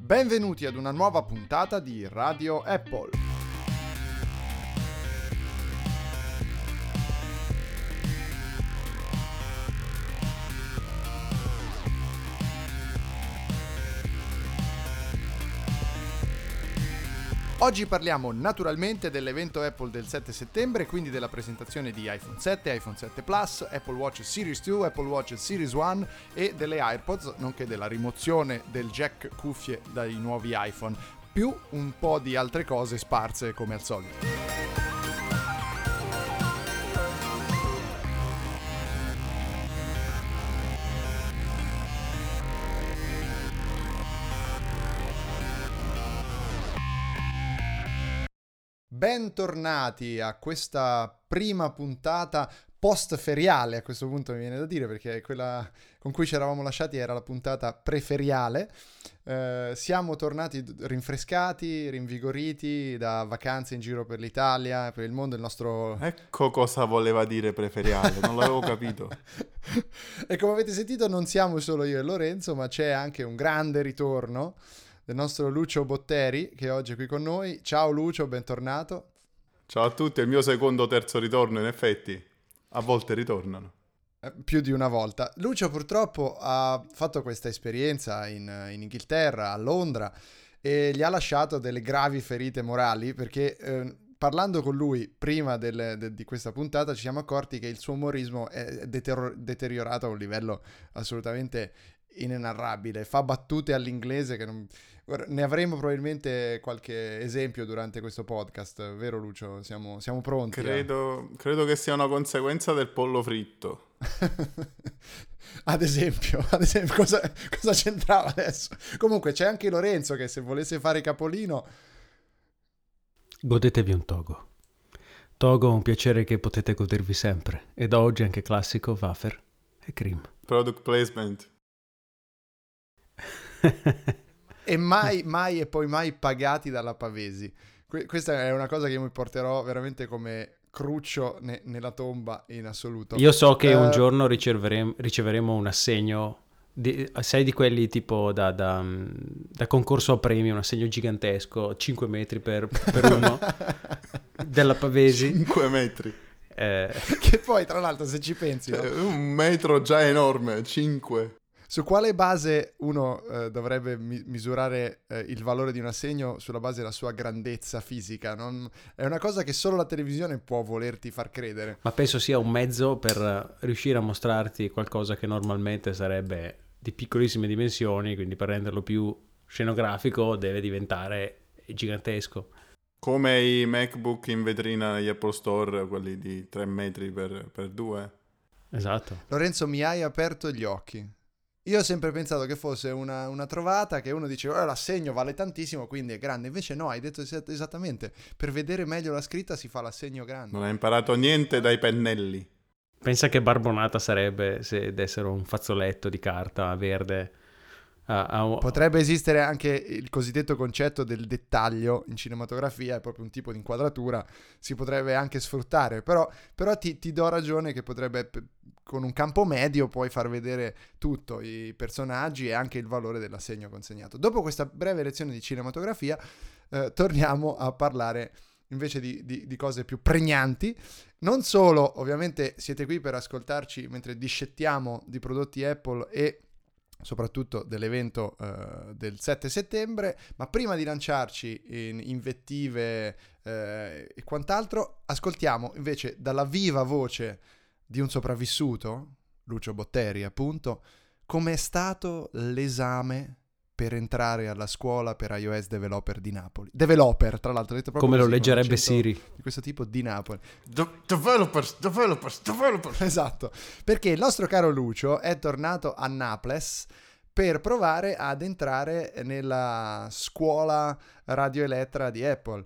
Benvenuti ad una nuova puntata di Radio Apple. Oggi parliamo naturalmente dell'evento Apple del 7 settembre, quindi della presentazione di iPhone 7, iPhone 7 Plus, Apple Watch Series 2, Apple Watch Series 1 e delle AirPods, nonché della rimozione del jack cuffie dai nuovi iPhone, più un po' di altre cose sparse come al solito. Bentornati a questa prima puntata post-feriale, a questo punto mi viene da dire, perché quella con cui ci eravamo lasciati era la puntata pre-feriale. Siamo tornati rinfrescati, rinvigoriti da vacanze in giro per l'Italia, per il mondo, il nostro... Ecco cosa voleva dire pre-feriale, non l'avevo capito. E come avete sentito non siamo solo io e Lorenzo, ma c'è anche un grande ritorno del nostro Lucio Botteri, che oggi è qui con noi. Ciao Lucio, bentornato. Ciao a tutti, è il mio secondo o terzo ritorno, in effetti. A volte ritornano. Più di una volta. Lucio purtroppo ha fatto questa esperienza in Inghilterra, a Londra, e gli ha lasciato delle gravi ferite morali, perché parlando con lui prima di questa puntata ci siamo accorti che il suo umorismo è deteriorato a un livello assolutamente inenarrabile. Fa battute all'inglese che non... Ne avremo probabilmente qualche esempio durante questo podcast, vero Lucio? Siamo pronti? Credo che sia una conseguenza del pollo fritto. Ad esempio, cosa c'entrava adesso? Comunque c'è anche Lorenzo che se volesse fare capolino... Godetevi un Togo. Togo è un piacere che potete godervi sempre, e da oggi anche classico, wafer e cream. Product placement. E mai e poi mai pagati dalla Pavesi. Questa è una cosa che io mi porterò veramente come cruccio nella tomba in assoluto. Io so che un giorno riceveremo un assegno, sai di quelli tipo da concorso a premi, un assegno gigantesco, 5 metri per uno, della Pavesi. 5 metri. Che poi tra l'altro se ci pensi... No? Un metro già enorme, 5. Su quale base uno dovrebbe misurare il valore di un assegno? Sulla base della sua grandezza fisica. È una cosa che solo la televisione può volerti far credere. Ma penso sia un mezzo per riuscire a mostrarti qualcosa che normalmente sarebbe di piccolissime dimensioni, quindi per renderlo più scenografico deve diventare gigantesco. Come i MacBook in vetrina negli Apple Store, quelli di 3 metri per 2. Esatto. Lorenzo, mi hai aperto gli occhi. Io ho sempre pensato che fosse una trovata che uno diceva l'assegno vale tantissimo, quindi è grande. Invece no, hai detto esattamente, per vedere meglio la scritta si fa l'assegno grande. Non hai imparato niente dai pennelli. Pensa che barbonata sarebbe se dessero un fazzoletto di carta verde. Potrebbe esistere anche il cosiddetto concetto del dettaglio in cinematografia, è proprio un tipo di inquadratura, si potrebbe anche sfruttare, però ti do ragione che potrebbe, con un campo medio puoi far vedere tutto, i personaggi e anche il valore dell'assegno consegnato. Dopo questa breve lezione di cinematografia torniamo a parlare invece di cose più pregnanti. Non solo, ovviamente siete qui per ascoltarci mentre discettiamo di prodotti Apple e soprattutto dell'evento del 7 settembre, ma prima di lanciarci in invettive e quant'altro, ascoltiamo invece dalla viva voce di un sopravvissuto, Lucio Botteri appunto, com'è stato l'esame per entrare alla scuola per iOS Developer di Napoli. Developer, tra l'altro, detto proprio come così, lo leggerebbe Siri. Di questo tipo di Napoli. Developers. Esatto, perché il nostro caro Lucio è tornato a Naples per provare ad entrare nella scuola Radio Elettra di Apple.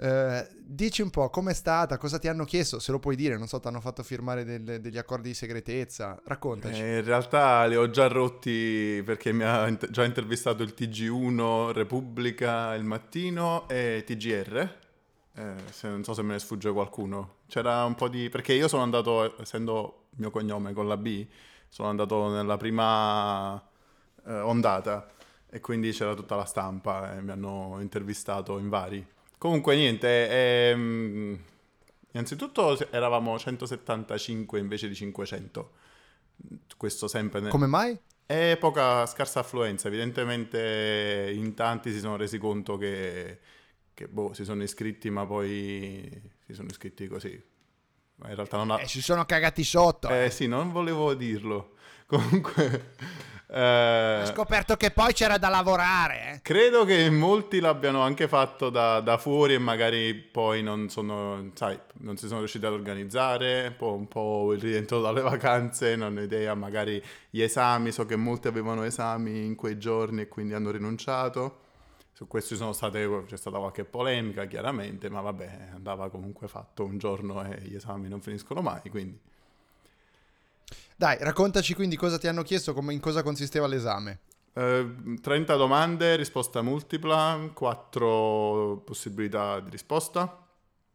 Dici un po' com'è stata, cosa ti hanno chiesto, se lo puoi dire, non so, ti hanno fatto firmare degli accordi di segretezza, raccontaci. In realtà li ho già rotti perché mi ha già intervistato il TG1, Repubblica, Il Mattino e TGR. Non so se me ne sfugge qualcuno. C'era un po' di... perché io sono andato, essendo il mio cognome con la B, sono andato nella prima ondata e quindi c'era tutta la stampa e mi hanno intervistato in vari. Comunque niente, innanzitutto eravamo 175 invece di 500, questo sempre Come mai? è poca, scarsa affluenza, evidentemente in tanti si sono resi conto che si sono iscritti ma poi si sono iscritti così, ma in realtà non ha... Si sono cagati sotto. Sì, non volevo dirlo, comunque... Ho scoperto che poi c'era da lavorare. Credo che molti l'abbiano anche fatto da fuori e magari poi non sono, sai, non si sono riusciti ad organizzare, un po' il rientro dalle vacanze, non ho idea, magari gli esami, so che molti avevano esami in quei giorni e quindi hanno rinunciato. Su questo c'è stata qualche polemica chiaramente, ma vabbè, andava comunque fatto un giorno e gli esami non finiscono mai, quindi... Dai, raccontaci quindi cosa ti hanno chiesto, in cosa consisteva l'esame. 30 domande, risposta multipla, 4 possibilità di risposta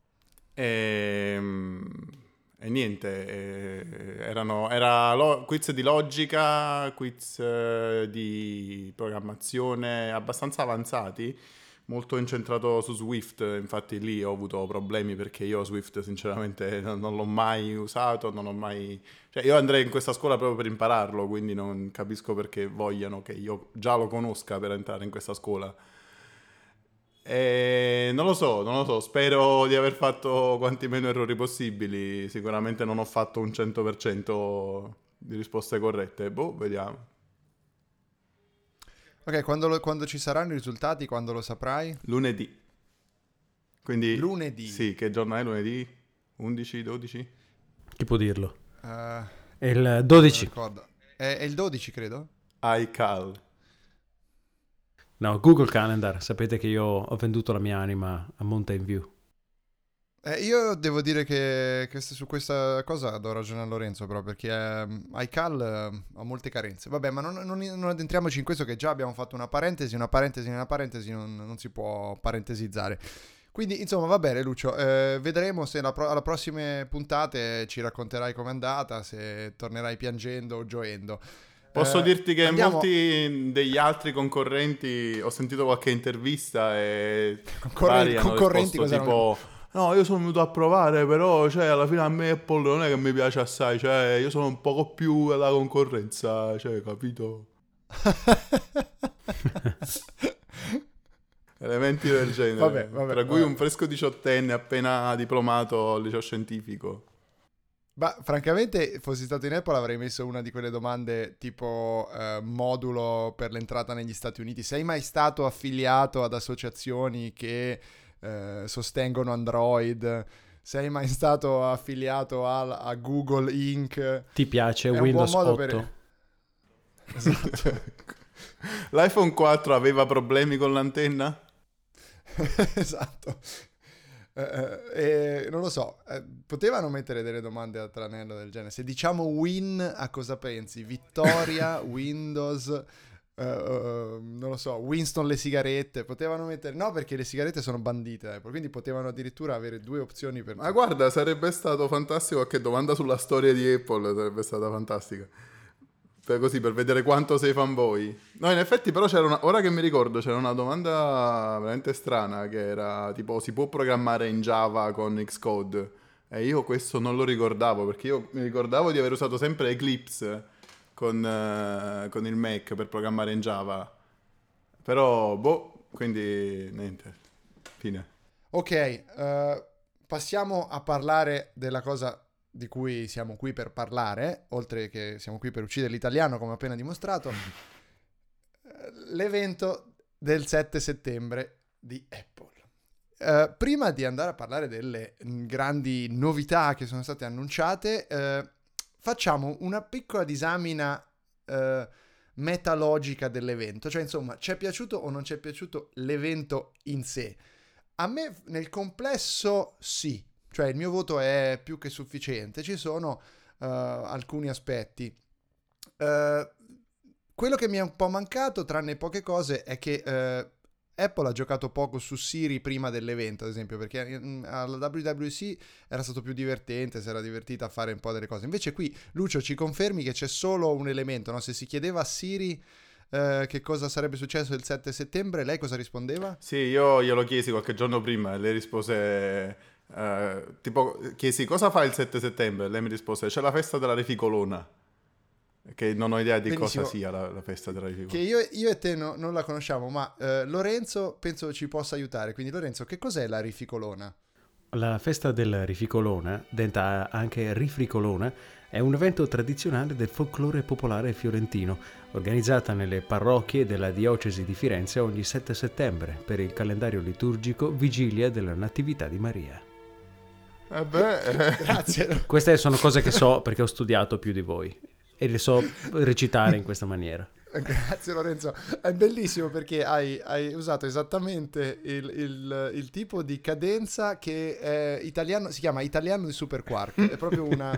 e niente, era quiz di logica, quiz di programmazione abbastanza avanzati, molto incentrato su Swift, infatti lì ho avuto problemi perché io Swift sinceramente non l'ho mai usato, non ho mai... Cioè io andrei in questa scuola proprio per impararlo, quindi non capisco perché vogliano che io già lo conosca per entrare in questa scuola. E non lo so, spero di aver fatto quanti meno errori possibili, sicuramente non ho fatto un 100% di risposte corrette, vediamo. Ok, quando ci saranno i risultati, quando lo saprai? Lunedì. Quindi... Lunedì? Sì, che giorno è lunedì? 11, 12? Chi può dirlo? È il 12. È il 12, credo? iCal. No, Google Calendar. Sapete che io ho venduto la mia anima a Mountain View. Io devo dire che su questa cosa do ragione a Lorenzo, però, perché iCal ha molte carenze. Vabbè, ma non addentriamoci in questo, che già abbiamo fatto una parentesi nella parentesi non si può parentesizzare. Quindi, insomma, va bene, Lucio. Vedremo se alla prossime puntate ci racconterai com'è andata, se tornerai piangendo o gioendo. Posso dirti che molti degli altri concorrenti, ho sentito qualche intervista e concorrenti cosa tipo... No, io sono venuto a provare, però cioè, alla fine a me Apple non è che mi piace assai, cioè io sono un poco più alla concorrenza, cioè, capito? Elementi del genere, vabbè, tra cui un fresco 18enne appena diplomato al liceo scientifico. Ma francamente, fossi stato in Apple avrei messo una di quelle domande tipo modulo per l'entrata negli Stati Uniti. Sei mai stato affiliato ad associazioni che sostengono Android? Sei mai stato affiliato a Google Inc? Ti piace Windows 8? Esatto. L'iPhone 4 aveva problemi con l'antenna? Esatto. Non lo so, potevano mettere delle domande a tranello del genere. Se diciamo Win, a cosa pensi? Vittoria, Windows, non lo so, Winston le sigarette. Potevano mettere... No, perché le sigarette sono bandite, quindi potevano addirittura avere 2 opzioni per... Ma guarda, sarebbe stato fantastico, qualche domanda sulla storia di Apple sarebbe stata fantastica. Così, per vedere quanto sei fanboy. No, in effetti però ora che mi ricordo, c'era una domanda veramente strana che era tipo, si può programmare in Java con Xcode? E io questo non lo ricordavo, perché io mi ricordavo di aver usato sempre Eclipse con il Mac per programmare in Java. Però, quindi niente, fine. Ok, passiamo a parlare della cosa di cui siamo qui per parlare, oltre che siamo qui per uccidere l'italiano, come appena dimostrato, l'evento del 7 settembre di Apple. Prima di andare a parlare delle grandi novità che sono state annunciate, facciamo una piccola disamina metalogica dell'evento, cioè insomma, ci è piaciuto o non ci è piaciuto l'evento in sé? A me nel complesso sì. Cioè il mio voto è più che sufficiente, ci sono alcuni aspetti. Quello che mi è un po' mancato, tranne poche cose, è che Apple ha giocato poco su Siri prima dell'evento, ad esempio, perché alla WWDC era stato più divertente, si era divertita a fare un po' delle cose. Invece qui, Lucio, ci confermi che c'è solo un elemento, no? Se si chiedeva a Siri che cosa sarebbe successo il 7 settembre, lei cosa rispondeva? Sì, io glielo chiesi qualche giorno prima e lei rispose, tipo, chiesi cosa fa il 7 settembre e lei mi rispose c'è la festa della Reficolona, che non ho idea di Benissimo. cosa sia la festa della Reficolona. Che io e te non la conosciamo, ma Lorenzo penso ci possa aiutare. Quindi Lorenzo, che cos'è la Rificolona? La festa del Rificolone, detta anche Rifricolone, è un evento tradizionale del folklore popolare fiorentino, organizzata nelle parrocchie della diocesi di Firenze ogni 7 settembre per il calendario liturgico Vigilia della Natività di Maria. Grazie. Queste sono cose che so perché ho studiato più di voi e le so recitare in questa maniera. Grazie Lorenzo, è bellissimo perché hai usato esattamente il tipo di cadenza che è italiano, si chiama italiano di Super Quark, è proprio una...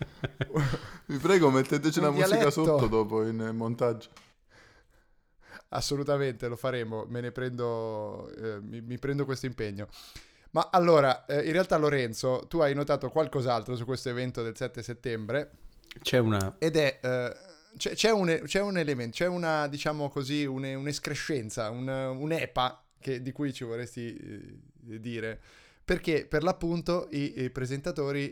Vi prego, metteteci la musica dialetto. sotto dopo in montaggio. Assolutamente, lo faremo, me ne prendo, mi prendo questo impegno. Ma allora, in realtà Lorenzo, tu hai notato qualcos'altro su questo evento del 7 settembre C'è una... ed è... C'è un elemento, c'è una, diciamo così, un'escrescenza, un'epa di cui ci vorresti dire, perché per l'appunto i presentatori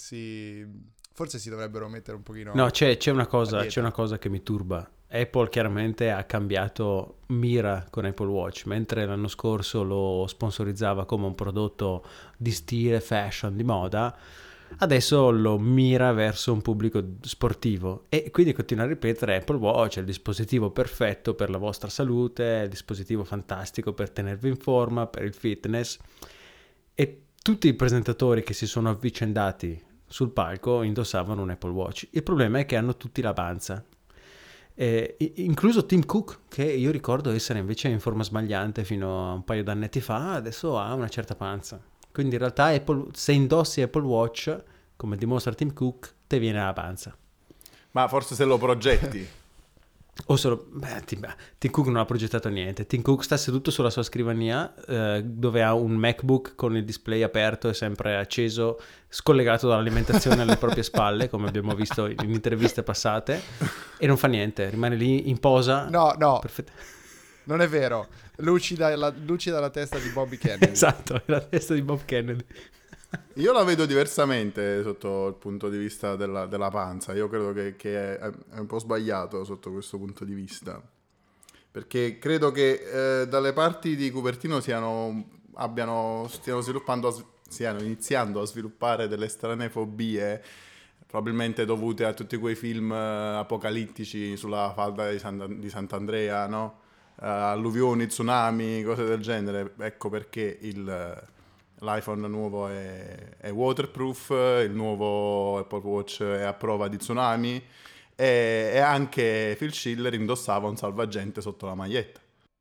forse si dovrebbero mettere un pochino... No, c'è una cosa, a dieta. c'è una cosa che mi turba. Apple chiaramente ha cambiato mira con Apple Watch, mentre l'anno scorso lo sponsorizzava come un prodotto di stile, fashion, di moda. Adesso lo mira verso un pubblico sportivo e quindi continua a ripetere Apple Watch è il dispositivo perfetto per la vostra salute, è il dispositivo fantastico per tenervi in forma, per il fitness, e tutti i presentatori che si sono avvicendati sul palco indossavano un Apple Watch. Il problema è che hanno tutti la panza, incluso Tim Cook, che io ricordo essere invece in forma smagliante fino a un paio d'annetti fa, adesso ha una certa panza. Quindi in realtà se indossi Apple Watch, come dimostra Tim Cook, te viene la panza. Ma forse se lo progetti. O solo... Tim Cook non ha progettato niente. Tim Cook sta seduto sulla sua scrivania, dove ha un MacBook con il display aperto e sempre acceso, scollegato dall'alimentazione alle proprie spalle, come abbiamo visto in interviste passate, e non fa niente, rimane lì in posa. No. Non è vero, lucida la testa di Bobby Kennedy. Esatto, la testa di Bob Kennedy. Io la vedo diversamente sotto il punto di vista della panza. Io credo che è un po' sbagliato sotto questo punto di vista. Perché credo che dalle parti di Cupertino stiano iniziando a sviluppare delle strane fobie, probabilmente dovute a tutti quei film apocalittici sulla falda di Sant'Andrea, no? Alluvioni, tsunami, cose del genere. Ecco perché l'iPhone nuovo è waterproof, il nuovo Apple Watch è a prova di tsunami e anche Phil Schiller indossava un salvagente sotto la maglietta.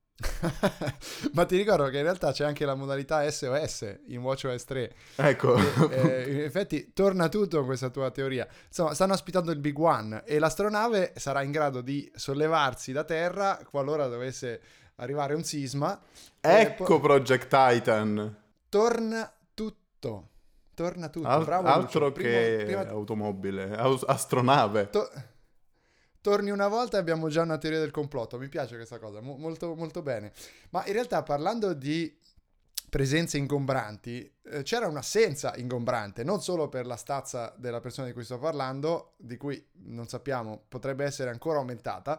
Ma ti ricordo che in realtà c'è anche la modalità SOS in WatchOS 3. Ecco. In effetti torna tutto con questa tua teoria. Insomma, stanno aspettando il Big One e l'astronave sarà in grado di sollevarsi da terra qualora dovesse arrivare un sisma. Ecco Project Titan. Torna tutto. Bravo, altro Lucio. che automobile, astronave. Torni una volta e abbiamo già una teoria del complotto. Mi piace questa cosa, molto, molto bene. Ma in realtà parlando di presenze ingombranti, c'era un'assenza ingombrante, non solo per la stazza della persona di cui sto parlando, di cui non sappiamo, potrebbe essere ancora aumentata,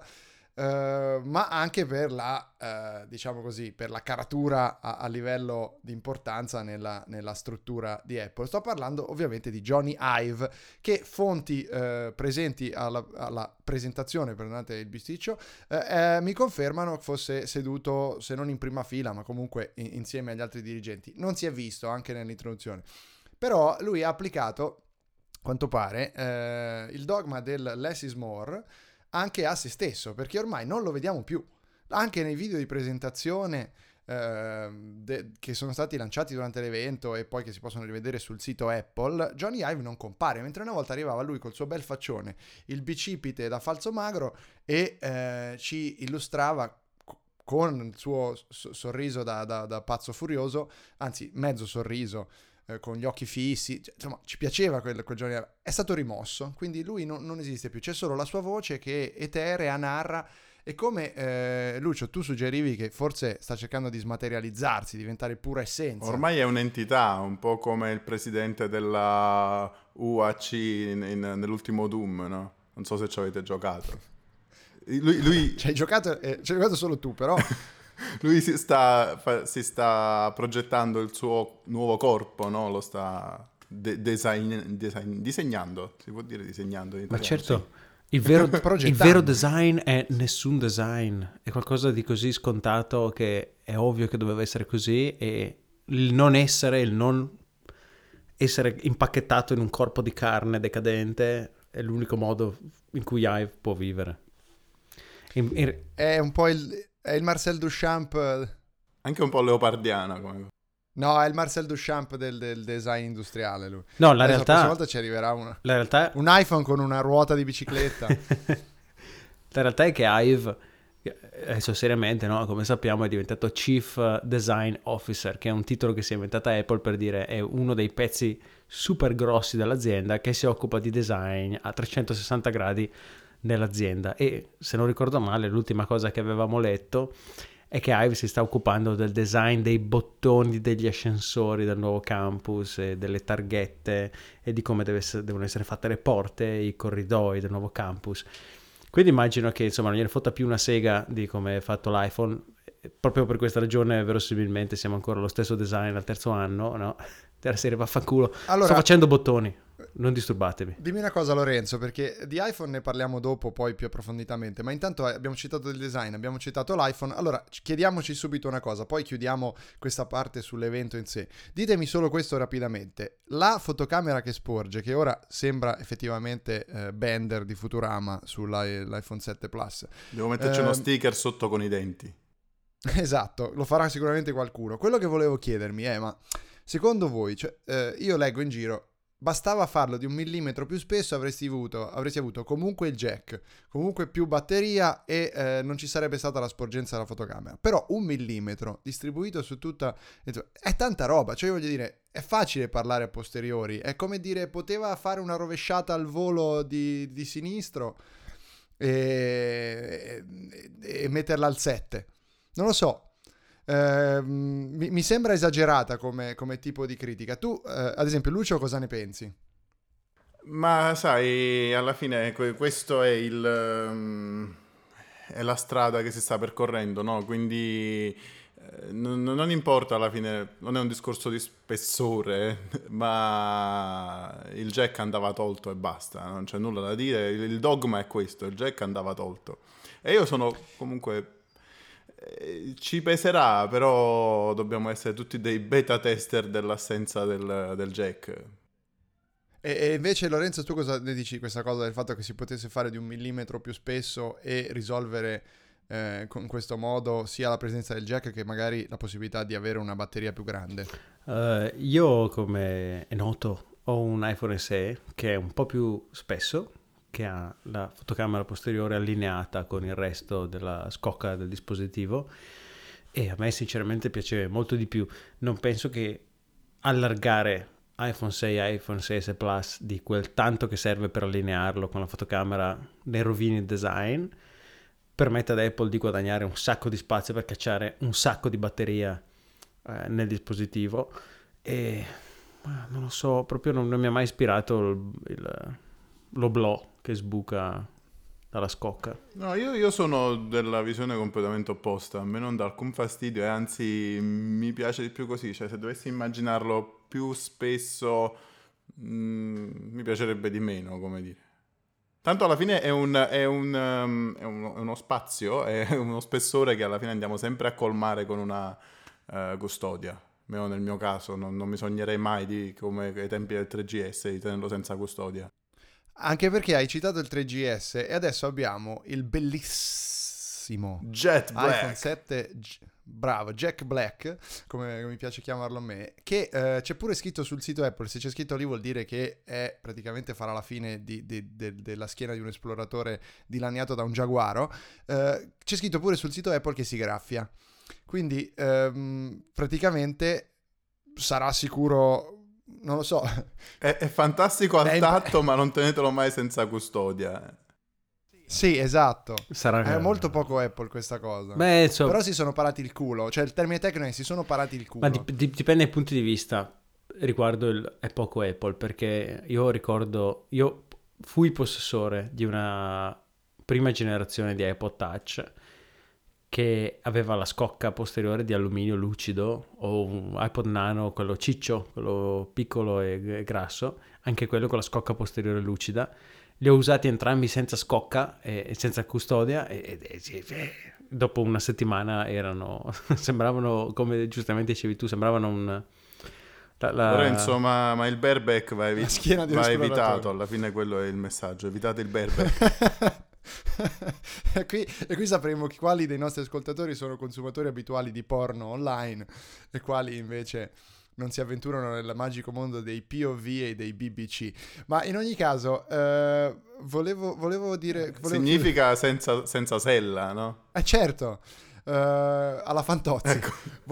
ma anche per diciamo così, per la caratura a livello di importanza nella struttura di Apple. Sto parlando ovviamente di Jony Ive, che fonti presenti alla presentazione, perdonate il bisticcio, mi confermano fosse seduto, se non in prima fila, ma comunque insieme agli altri dirigenti. Non si è visto anche nell'introduzione, però lui ha applicato, quanto pare, il dogma del less is more anche a se stesso, perché ormai non lo vediamo più. Anche nei video di presentazione che sono stati lanciati durante l'evento e poi che si possono rivedere sul sito Apple, Jony Ive non compare, mentre una volta arrivava lui col suo bel faccione, il bicipite da falso magro, e ci illustrava con il suo sorriso da pazzo furioso, anzi mezzo sorriso, con gli occhi fissi, insomma ci piaceva quel Jony Ive. È stato rimosso, quindi lui non esiste più, c'è solo la sua voce che eterea narra E come Lucio, tu suggerivi che forse sta cercando di smaterializzarsi, diventare pura essenza. Ormai è un'entità, un po' come il presidente della UAC nell'ultimo Doom, no? Non so se ci avete giocato. Lui ci hai giocato solo tu, però. Lui si sta progettando il suo nuovo corpo, no? Lo sta disegnando, si può dire disegnando in italiano. Ma certo, sì. il vero design è nessun design, è qualcosa di così scontato che è ovvio che doveva essere così, e il non essere impacchettato in un corpo di carne decadente è l'unico modo in cui Hive può vivere. È un po' è il Marcel Duchamp. Anche un po' leopardiana come... No, è il Marcel Duchamp del design industriale lui. No, la realtà... La prossima volta ci arriverà un iPhone con una ruota di bicicletta. La realtà è che Hive, adesso seriamente, no? Come sappiamo, è diventato Chief Design Officer, che è un titolo che si è inventata Apple per dire è uno dei pezzi super grossi dell'azienda che si occupa di design a 360 gradi nell'azienda. E se non ricordo male, l'ultima cosa che avevamo letto è che Hive si sta occupando del design dei bottoni degli ascensori del nuovo campus e delle targhette e di come devono essere fatte le porte, i corridoi del nuovo campus. Quindi immagino che insomma non gliene fotta più una sega di come è fatto l'iPhone. Proprio per questa ragione verosimilmente siamo ancora allo stesso design al terzo anno, no? Della serie vaffanculo. Allora, sto facendo bottoni, non disturbatemi. Dimmi una cosa Lorenzo, perché di iPhone ne parliamo dopo poi più approfonditamente, ma intanto abbiamo citato il design, abbiamo citato l'iPhone. Allora chiediamoci subito una cosa, poi chiudiamo questa parte sull'evento in sé. Ditemi solo questo rapidamente: la fotocamera che sporge, che ora sembra effettivamente Bender di Futurama sull'iPhone 7 Plus, devo metterci uno sticker sotto con i denti. Esatto, lo farà sicuramente qualcuno. Quello che volevo chiedermi è, ma secondo voi, io leggo in giro, bastava farlo di 1 millimetro più spesso, avresti avuto comunque il jack, comunque più batteria e non ci sarebbe stata la sporgenza della fotocamera. Però 1 millimetro distribuito su tutta... è tanta roba, cioè voglio dire, è facile parlare a posteriori, è come dire poteva fare una rovesciata al volo di sinistro e metterla al 7. Non lo so. Mi sembra esagerata come tipo di critica. Tu, ad esempio, Lucio, cosa ne pensi? Ma sai, alla fine questo è è la strada che si sta percorrendo, no? Quindi non importa alla fine, non è un discorso di spessore, ma il jack andava tolto e basta, non c'è nulla da dire. Il dogma è questo, il jack andava tolto. E io sono comunque... ci peserà, però dobbiamo essere tutti dei beta tester dell'assenza del jack. E invece Lorenzo, tu cosa ne dici questa cosa del fatto che si potesse fare di 1 millimetro più spesso e risolvere con questo modo sia la presenza del jack che magari la possibilità di avere una batteria più grande? Io, come è noto, ho un iPhone SE che è un po' più spesso, che ha la fotocamera posteriore allineata con il resto della scocca del dispositivo, e a me sinceramente piace molto di più. Non penso che allargare iPhone 6 e iPhone 6S Plus di quel tanto che serve per allinearlo con la fotocamera ne rovini il design, permette ad Apple di guadagnare un sacco di spazio per cacciare un sacco di batteria nel dispositivo, e non lo so, proprio non mi ha mai ispirato l'oblò che sbuca dalla scocca. No, io sono della visione completamente opposta. A me non dà alcun fastidio e anzi mi piace di più così. Cioè, se dovessi immaginarlo più spesso mi piacerebbe di meno, come dire. Tanto alla fine è uno spazio, è uno spessore che alla fine andiamo sempre a colmare con una custodia. Almeno nel mio caso non mi sognerei mai di, come ai tempi del 3GS, di tenerlo senza custodia. Anche perché hai citato il 3GS e adesso abbiamo il bellissimo Jet Black iPhone 7, bravo, Jack Black, come mi piace chiamarlo a me, che c'è pure scritto sul sito Apple. Se c'è scritto lì vuol dire che praticamente farà la fine della schiena di un esploratore dilaniato da un giaguaro. C'è scritto pure sul sito Apple che si graffia, quindi praticamente sarà sicuro... Non lo so. È fantastico al tatto, ma non tenetelo mai senza custodia. Sì, esatto. Sarà... È molto poco Apple questa cosa. Beh, però si sono parati il culo. Cioè il termine tecnico è si sono parati il culo. Ma dipende dai punti di vista riguardo è poco Apple, perché io ricordo, io fui possessore di una prima generazione di iPod Touch che aveva la scocca posteriore di alluminio lucido, o un iPod Nano, quello ciccio, quello piccolo e grasso, anche quello con la scocca posteriore lucida. Li ho usati entrambi senza scocca e senza custodia e dopo una settimana sembravano, come giustamente dicevi tu, sembravano un... Lorenzo, ma il bareback va evitato, alla fine quello è il messaggio, evitate il bareback. e qui sapremo quali dei nostri ascoltatori sono consumatori abituali di porno online e quali invece non si avventurano nel magico mondo dei POV e dei BBC. Ma in ogni caso volevo dire... Significa senza sella, no? Certo, alla Fantozzi. Ecco.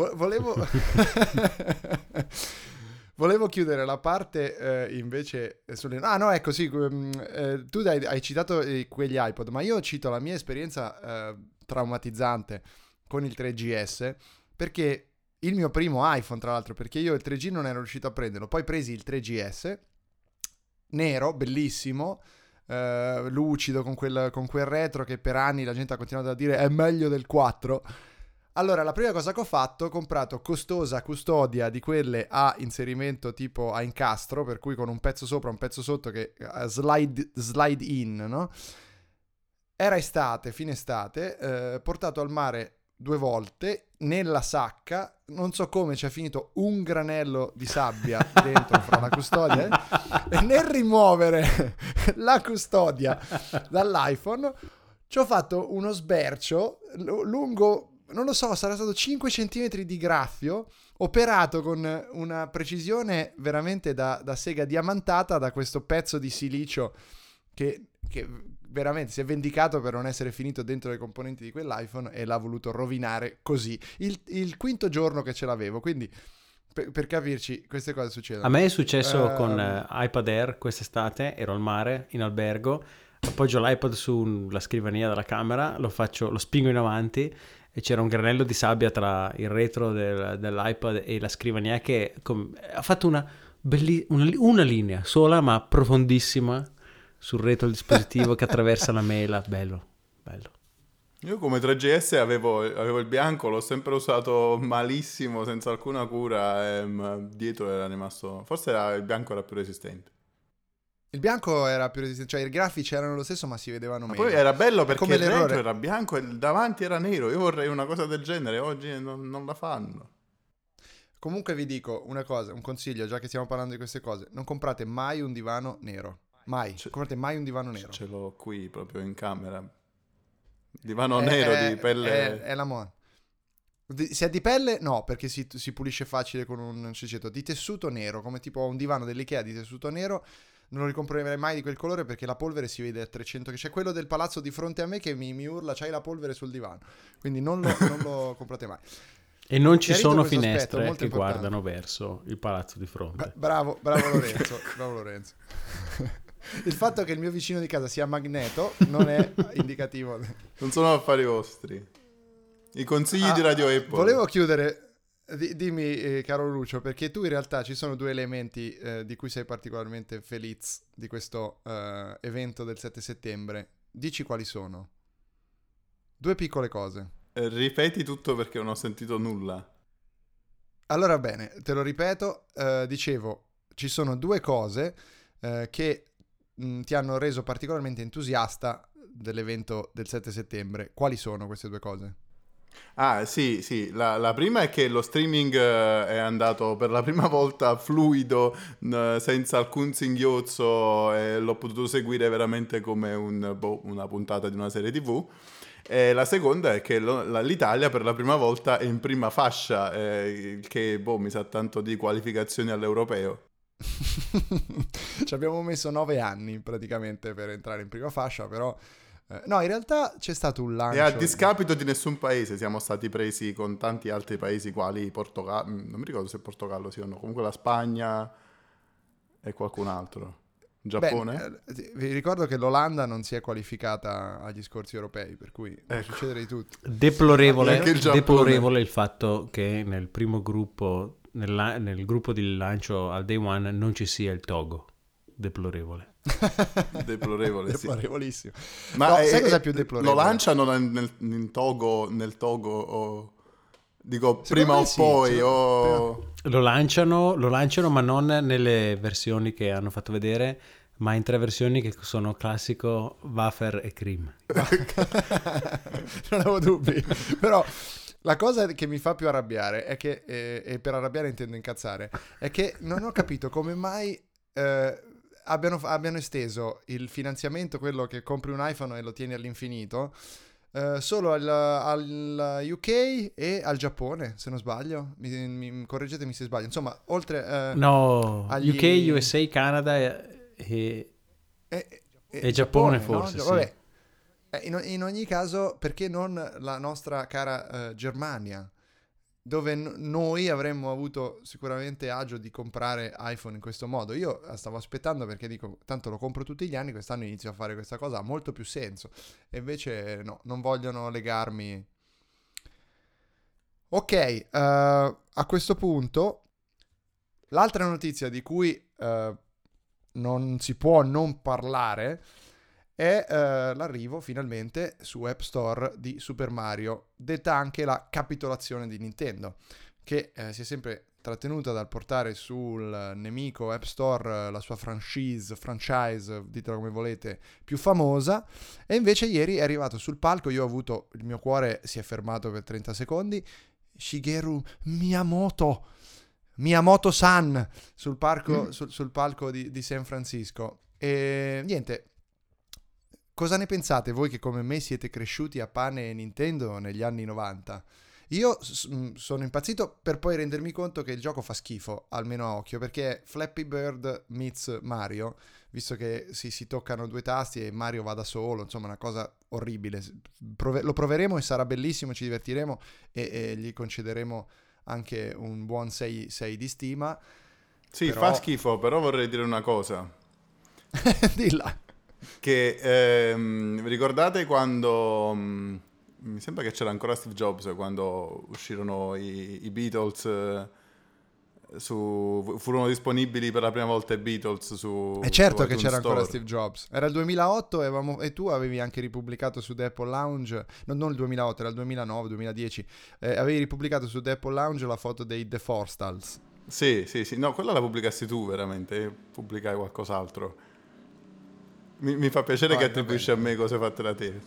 Volevo chiudere la parte invece sulle... Ah no, ecco sì, tu hai citato quegli iPod, ma io cito la mia esperienza traumatizzante con il 3GS, perché il mio primo iPhone, tra l'altro, perché io il 3G non ero riuscito a prenderlo, poi presi il 3GS, nero, bellissimo, lucido, con quel retro che per anni la gente ha continuato a dire è meglio del 4. Allora, la prima cosa che ho fatto, ho comprato costosa custodia di quelle a inserimento tipo a incastro, per cui con un pezzo sopra, un pezzo sotto che slide in, no? Era estate, fine estate, portato al mare 2 volte, nella sacca, non so come c'è finito un granello di sabbia dentro fra la custodia, e nel rimuovere la custodia dall'iPhone ci ho fatto uno sbercio lungo... non lo so, sarà stato 5 centimetri di graffio, operato con una precisione veramente da sega diamantata da questo pezzo di silicio che veramente si è vendicato per non essere finito dentro le componenti di quell'iPhone e l'ha voluto rovinare così. Il quinto giorno che ce l'avevo, quindi per capirci queste cose succedono. A me è successo con iPad Air quest'estate, ero al mare, in albergo, appoggio l'iPad sulla scrivania della camera, lo spingo in avanti e c'era un granello di sabbia tra il retro dell'iPad e la scrivania che ha fatto una linea sola ma profondissima sul retro del dispositivo che attraversa la mela. Bello. Io come 3GS avevo il bianco, l'ho sempre usato malissimo, senza alcuna cura, ma dietro era rimasto... Forse il bianco era più resistente. Il bianco era più resistente, cioè i grafici erano lo stesso ma si vedevano meno. Poi era bello perché il retro era bianco e il davanti era nero. Io vorrei una cosa del genere, oggi non la fanno. Comunque vi dico una cosa, un consiglio, già che stiamo parlando di queste cose: non comprate mai un divano nero. Mai. Comprate mai un divano nero. Ce l'ho qui proprio in camera. Divano nero di pelle. È la moda. Se è di pelle, no, perché si pulisce facile con un ciceto. Di tessuto nero, come tipo un divano dell'Ikea di tessuto nero. Non lo ricomprerei mai di quel colore perché la polvere si vede a 300. C'è quello del palazzo di fronte a me che mi urla: c'hai la polvere sul divano. Quindi non lo comprate mai. E non ci sono finestre che guardano verso il palazzo di fronte. Bravo Lorenzo. Bravo Lorenzo. Il fatto che il mio vicino di casa sia Magneto non è indicativo. Non sono affari vostri. I consigli di Radio Apple. Volevo chiudere. Dimmi, caro Lucio, perché tu in realtà ci sono 2 elementi di cui sei particolarmente felice di questo evento del 7 settembre. Dici quali sono. 2 piccole cose. Ripeti tutto perché non ho sentito nulla. Allora bene, te lo ripeto. Dicevo, ci sono 2 cose che ti hanno reso particolarmente entusiasta dell'evento del 7 settembre. Quali sono queste 2 cose? Ah sì, la prima è che lo streaming è andato per la prima volta fluido, senza alcun singhiozzo, e l'ho potuto seguire veramente come una puntata di una serie TV. E la seconda è che l'Italia per la prima volta è in prima fascia, che mi sa tanto di qualificazioni all'europeo. Ci abbiamo messo 9 anni praticamente per entrare in prima fascia, però... no, in realtà c'è stato un lancio. E a discapito di nessun paese siamo stati presi con tanti altri paesi quali Portogallo, non mi ricordo se Portogallo sì o no, comunque la Spagna e qualcun altro. Giappone? Vi ricordo che l'Olanda non si è qualificata agli scorsi europei, per cui può succedere di tutto. Deplorevole il fatto che nel primo gruppo, nel gruppo di lancio al Day One, non ci sia il Togo. Deplorevole. Deplorevole, sì. Deplorevolissimo. Ma no, sai cosa è più deplorevole? Lo lanciano nel Togo o... Dico, Secondo prima o sì, poi o... Lo lanciano, ma non nelle versioni che hanno fatto vedere, ma in 3 versioni che sono classico, wafer e cream. Non avevo dubbi. Però la cosa che mi fa più arrabbiare è che, e per arrabbiare intendo incazzare, è che non ho capito come mai abbiano esteso il finanziamento, quello che compri un iPhone e lo tieni all'infinito, solo al UK e al Giappone, se non sbaglio. Correggetemi se sbaglio. Insomma, oltre no, agli... UK, USA, Canada e Giappone forse, no? sì. Vabbè. In ogni caso, perché non la nostra cara Germania, dove noi avremmo avuto sicuramente agio di comprare iPhone in questo modo. Io stavo aspettando, perché dico, tanto lo compro tutti gli anni, quest'anno inizio a fare questa cosa, ha molto più senso. E invece no, non vogliono legarmi. Ok, a questo punto, l'altra notizia di cui non si può non parlare è l'arrivo finalmente su App Store di Super Mario, detta anche la capitolazione di Nintendo, che si è sempre trattenuta dal portare sul nemico App Store la sua franchise, ditela come volete, più famosa, e invece ieri è arrivato sul palco. Io ho avuto, il mio cuore si è fermato per 30 secondi, Shigeru Miyamoto-san sul palco di San Francisco. E niente. Cosa ne pensate voi che come me siete cresciuti a pane Nintendo negli anni 90? Io sono impazzito per poi rendermi conto che il gioco fa schifo, almeno a occhio, perché Flappy Bird meets Mario, visto che si toccano 2 tasti e Mario va da solo, insomma una cosa orribile. Lo proveremo e sarà bellissimo, ci divertiremo e gli concederemo anche un buon 6 di stima. Sì, fa schifo, però vorrei dire una cosa. Dilla. Che ricordate quando mi sembra che c'era ancora Steve Jobs quando uscirono i Beatles, furono disponibili per la prima volta i Beatles su è certo su che iTunes c'era Store. ancora Steve Jobs, era il 2008 e tu avevi anche ripubblicato su The Apple Lounge, non il 2008, era il 2009, 2010, avevi ripubblicato su The Apple Lounge la foto dei The Forstals. Sì, no, quella la pubblicasti tu veramente, io pubblicai qualcos'altro. Mi fa piacere che attribuisci a me cose fatte da te.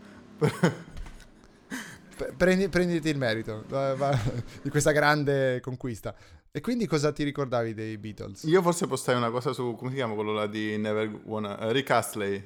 Prenditi il merito di questa grande conquista. E quindi cosa ti ricordavi dei Beatles? Io forse postai una cosa su, come si chiama quello là di Never Wanna... Rick Astley.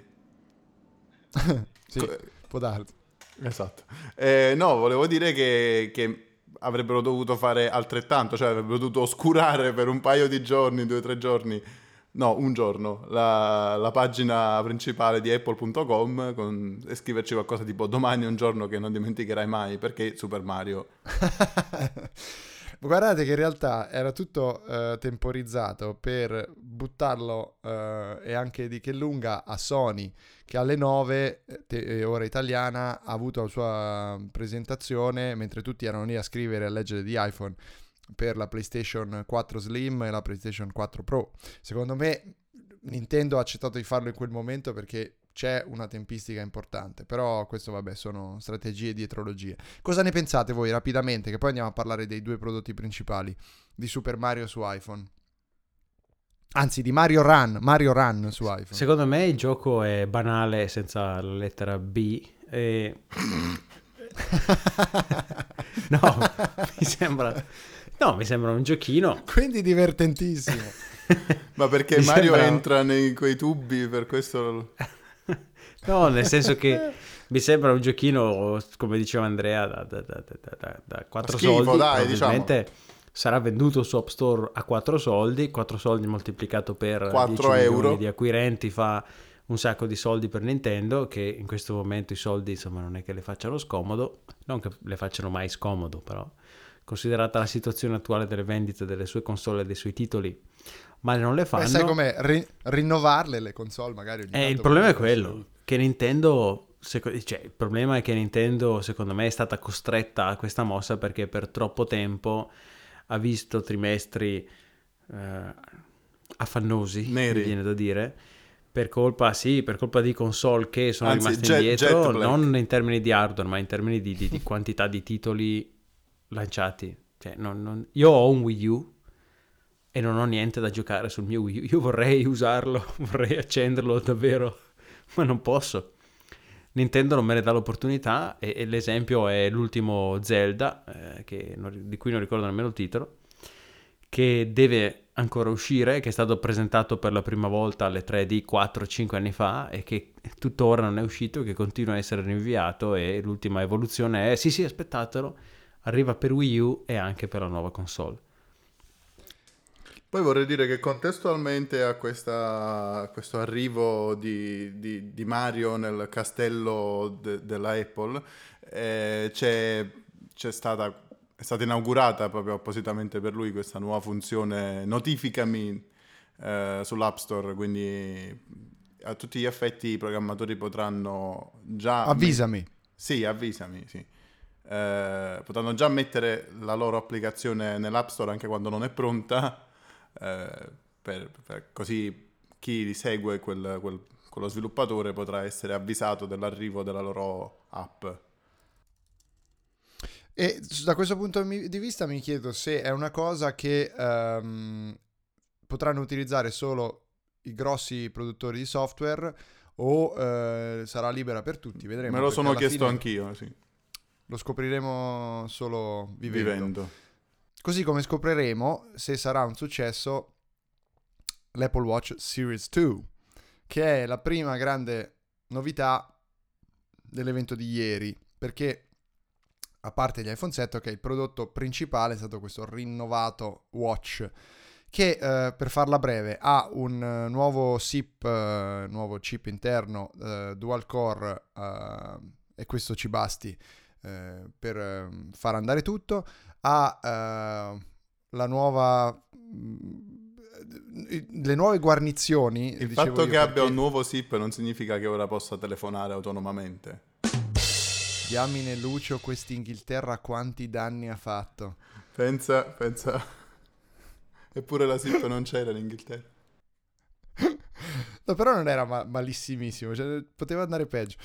Sì, può darsi. Esatto. No, volevo dire che avrebbero dovuto fare altrettanto, cioè avrebbero dovuto oscurare per un paio di giorni, 2 o 3 giorni, no, un giorno, la pagina principale di apple.com e scriverci qualcosa tipo domani è un giorno che non dimenticherai mai perché Super Mario. Guardate che in realtà era tutto temporizzato per buttarlo e anche di che lunga a Sony, che alle 9 ora italiana ha avuto la sua presentazione mentre tutti erano lì a scrivere e a leggere di iPhone per la PlayStation 4 Slim e la PlayStation 4 Pro. Secondo me Nintendo ha accettato di farlo in quel momento perché c'è una tempistica importante, però questo vabbè sono strategie e dietrologie. Cosa ne pensate voi rapidamente, che poi andiamo a parlare dei 2 prodotti principali di Super Mario su iPhone? Anzi, di Mario Run su iPhone. Secondo me il gioco è banale senza la lettera B e... No, mi sembra un giochino. Quindi divertentissimo. Ma perché Mario entra nei quei tubi, per questo... No, nel senso che mi sembra un giochino, come diceva Andrea, da 4 schifo, soldi. dai, probabilmente diciamo. Sarà venduto su App Store a 4 soldi. 4 soldi moltiplicato per 4 10 euro milioni di acquirenti fa un sacco di soldi per Nintendo, che in questo momento i soldi insomma non è che le facciano scomodo, non che le facciano mai scomodo, però considerata la situazione attuale delle vendite delle sue console e dei suoi titoli ma non le fanno. Sai com'è? Rinnovarle le console magari ogni tanto, Il problema è quello, che Nintendo... il problema è che Nintendo, secondo me, è stata costretta a questa mossa perché per troppo tempo ha visto trimestri affannosi, neri, mi viene da dire, per colpa di console che sono rimaste Jet indietro, Black. non in termini di hardware, ma in termini di quantità di titoli lanciati. Cioè, io ho un Wii U e non ho niente da giocare sul mio Wii U. Io vorrei usarlo, vorrei accenderlo davvero, ma non posso. Nintendo non me ne dà l'opportunità e l'esempio è l'ultimo Zelda, di cui non ricordo nemmeno il titolo, che deve ancora uscire, che è stato presentato per la prima volta alle 3D 4-5 anni fa e che tuttora non è uscito, che continua a essere rinviato, e l'ultima evoluzione è sì, aspettatelo, arriva per Wii U e anche per la nuova console. Poi vorrei dire che contestualmente a questo arrivo di Mario nel castello della Apple, è stata inaugurata proprio appositamente per lui questa nuova funzione notificami sull'App Store, quindi a tutti gli effetti i programmatori potranno già... Avvisami. Avvisami, sì. Potranno già mettere la loro applicazione nell'App Store anche quando non è pronta, così chi segue quello sviluppatore potrà essere avvisato dell'arrivo della loro app. E da questo punto di vista mi chiedo se è una cosa che potranno utilizzare solo i grossi produttori di software o sarà libera per tutti. Vedremo. Me lo sono chiesto anch'io, sì. Lo scopriremo solo vivendo. Così come scopriremo se sarà un successo l'Apple Watch Series 2, che è la prima grande novità dell'evento di ieri, perché a parte gli iPhone 7, il prodotto principale è stato questo rinnovato watch che, per farla breve, ha un nuovo SIP, nuovo chip interno dual core, e questo ci basti per far andare tutto. Ha le nuove guarnizioni. Il fatto che abbia un nuovo SIP non significa che ora possa telefonare autonomamente. Diamine Lucio, quest'Inghilterra quanti danni ha fatto. Pensa. Eppure la SIP non c'era in Inghilterra. No, però non era malissimissimo, cioè, poteva andare peggio.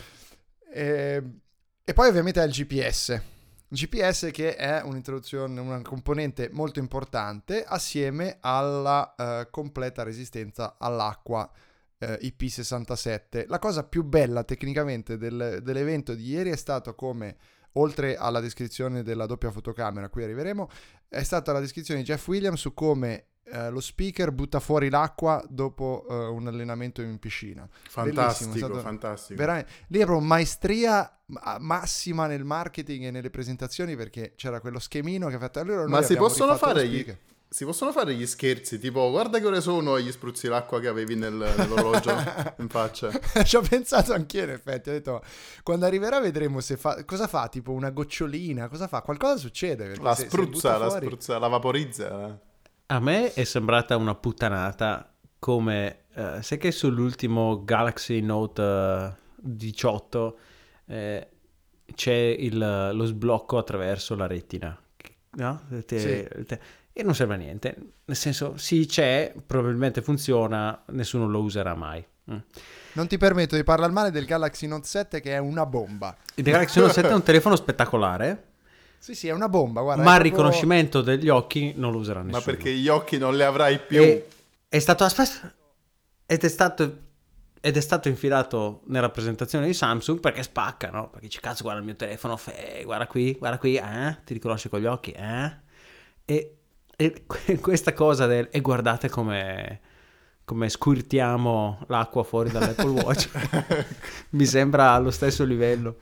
E poi ovviamente ha il GPS. GPS che è un'introduzione, una componente molto importante assieme alla completa resistenza all'acqua IP67. La cosa più bella tecnicamente dell'evento di ieri è stato come, oltre alla descrizione della doppia fotocamera, a cui arriveremo, è stata la descrizione di Jeff Williams su come lo speaker butta fuori l'acqua dopo un allenamento in piscina. Fantastico. Veramente, lì è proprio maestria massima nel marketing e nelle presentazioni, perché c'era quello schemino che ha fatto. Allora ma si possono fare gli scherzi, tipo guarda che ore sono e gli spruzzi l'acqua che avevi nell'orologio in faccia. Ci ho pensato anch'io, in effetti. Ho detto, quando arriverà vedremo cosa fa, tipo una gocciolina, cosa fa, qualcosa succede. La spruzza, la vaporizza. A me è sembrata una puttanata, come sai che sull'ultimo Galaxy Note 18 c'è lo sblocco attraverso la retina, no? E non serve a niente, nel senso, sì, c'è, probabilmente funziona, nessuno lo userà mai. Non ti permetto di parlare male del Galaxy Note 7, che è una bomba. Il Galaxy Note 7 è un telefono spettacolare. Sì, è una bomba, guarda. Ma il riconoscimento degli occhi non lo userà nessuno. Ma perché gli occhi non li avrai più. È stato infilato nella presentazione di Samsung perché spacca, no? Perché dice, cazzo, guarda il mio telefono, guarda qui, ti riconosce con gli occhi, E questa cosa e guardate come squirtiamo l'acqua fuori dall'Apple Watch mi sembra allo stesso livello.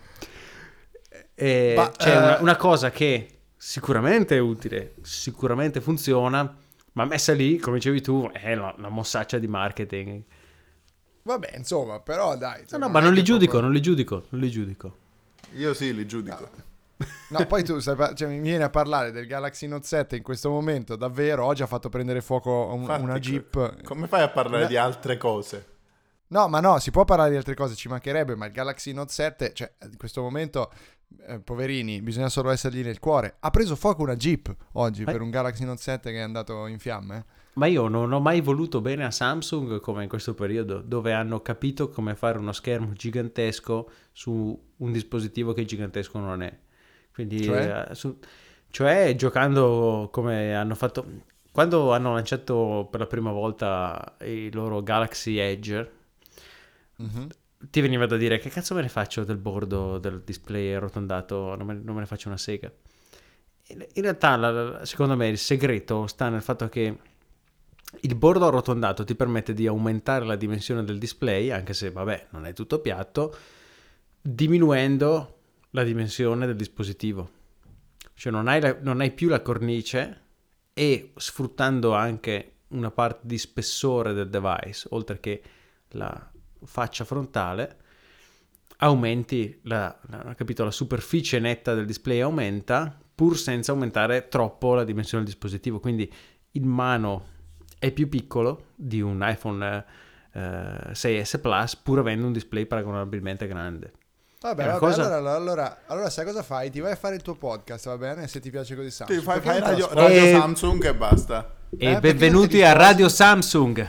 C'è una cosa che sicuramente è utile, sicuramente funziona, ma messa lì, come dicevi tu, è una mossaccia di marketing. Vabbè, insomma, però dai. No, ma non li giudico. Io sì, li giudico. No. No, poi tu cioè, mi vieni a parlare del Galaxy Note 7 in questo momento, davvero, oggi ha fatto prendere fuoco Infatti, una Jeep. Come fai a parlare di altre cose? No, ma no, si può parlare di altre cose, ci mancherebbe, ma il Galaxy Note 7, cioè, in questo momento, poverini, bisogna solo essergli nel cuore. Ha preso fuoco una Jeep oggi per un Galaxy Note 7 che è andato in fiamme. Ma io non ho mai voluto bene a Samsung come in questo periodo, dove hanno capito come fare uno schermo gigantesco su un dispositivo che gigantesco non è. Quindi, cioè giocando come hanno fatto quando hanno lanciato per la prima volta i loro Galaxy Edge. Ti veniva da dire: che cazzo me ne faccio del bordo del display arrotondato, non me ne faccio una sega. In realtà secondo me il segreto sta nel fatto che il bordo arrotondato ti permette di aumentare la dimensione del display, anche se vabbè non è tutto piatto, diminuendo la dimensione del dispositivo. Cioè non hai più la cornice, e sfruttando anche una parte di spessore del device, oltre che la faccia frontale, aumenti la superficie netta del display aumenta, pur senza aumentare troppo la dimensione del dispositivo. Quindi in mano è più piccolo di un iPhone 6S Plus, pur avendo un display paragonabilmente grande. Vabbè, allora sai cosa fai? Ti vai a fare il tuo podcast, va bene? Se ti piace così Samsung. Fai radio Samsung e basta. E benvenuti a Radio Samsung.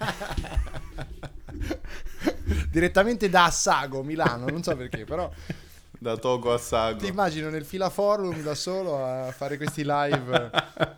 Direttamente da Assago, Milano, non so perché, però da Togo a Sago. Ti immagino nel Filaforum da solo a fare questi live.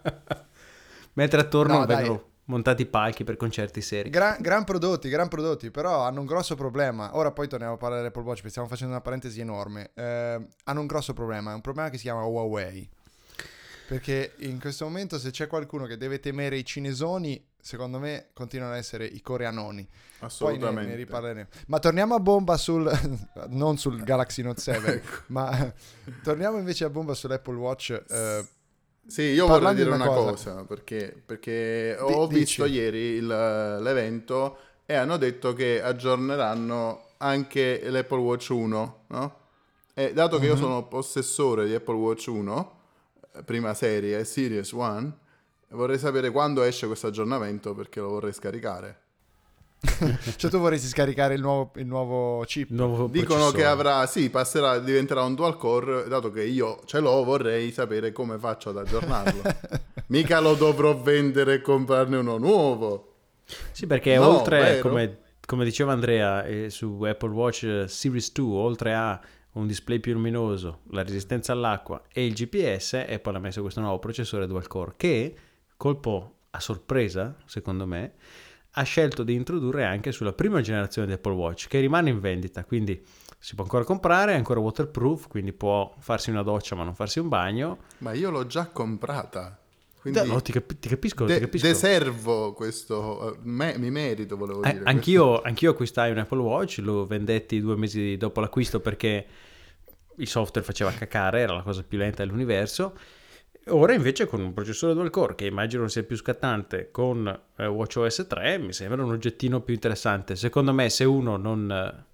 Mentre attorno vengono montati palchi per concerti seri. Gran prodotti, però hanno un grosso problema. Ora poi torniamo a parlare dell'Apple Watch, perché stiamo facendo una parentesi enorme. Hanno un grosso problema, è un problema che si chiama Huawei. Perché in questo momento, se c'è qualcuno che deve temere i cinesoni, secondo me continuano ad essere i coreanoni. Assolutamente. Poi ne riparleremo. Ma torniamo a bomba non sul Galaxy Note 7, ma torniamo invece a bomba sull'Apple Watch. Sì, io vorrei dire una cosa perché ho visto ieri l'evento e hanno detto che aggiorneranno anche l'Apple Watch 1, no? E dato che io sono possessore di Apple Watch 1, prima serie, Series 1, vorrei sapere quando esce questo aggiornamento, perché lo vorrei scaricare. Cioè tu vorresti scaricare il nuovo chip? Dicono che diventerà un dual core, dato che io ce l'ho, vorrei sapere come faccio ad aggiornarlo. Mica lo dovrò vendere e comprarne uno nuovo. Sì, perché oltre, come diceva Andrea, su Apple Watch Series 2, oltre a un display più luminoso, la resistenza all'acqua e il GPS, Apple ha messo questo nuovo processore dual core che, colpo a sorpresa, secondo me, ha scelto di introdurre anche sulla prima generazione di Apple Watch, che rimane in vendita, quindi si può ancora comprare, è ancora waterproof, quindi può farsi una doccia ma non farsi un bagno. Ma io l'ho già comprata. Quindi no, ti capisco. Deservo questo, mi merito, volevo dire. Anch'io acquistai un Apple Watch, lo vendetti 2 mesi dopo l'acquisto perché il software faceva cacare, era la cosa più lenta dell'universo. Ora invece con un processore dual core, che immagino sia più scattante, con WatchOS 3, mi sembra un oggettino più interessante. Secondo me, se uno non...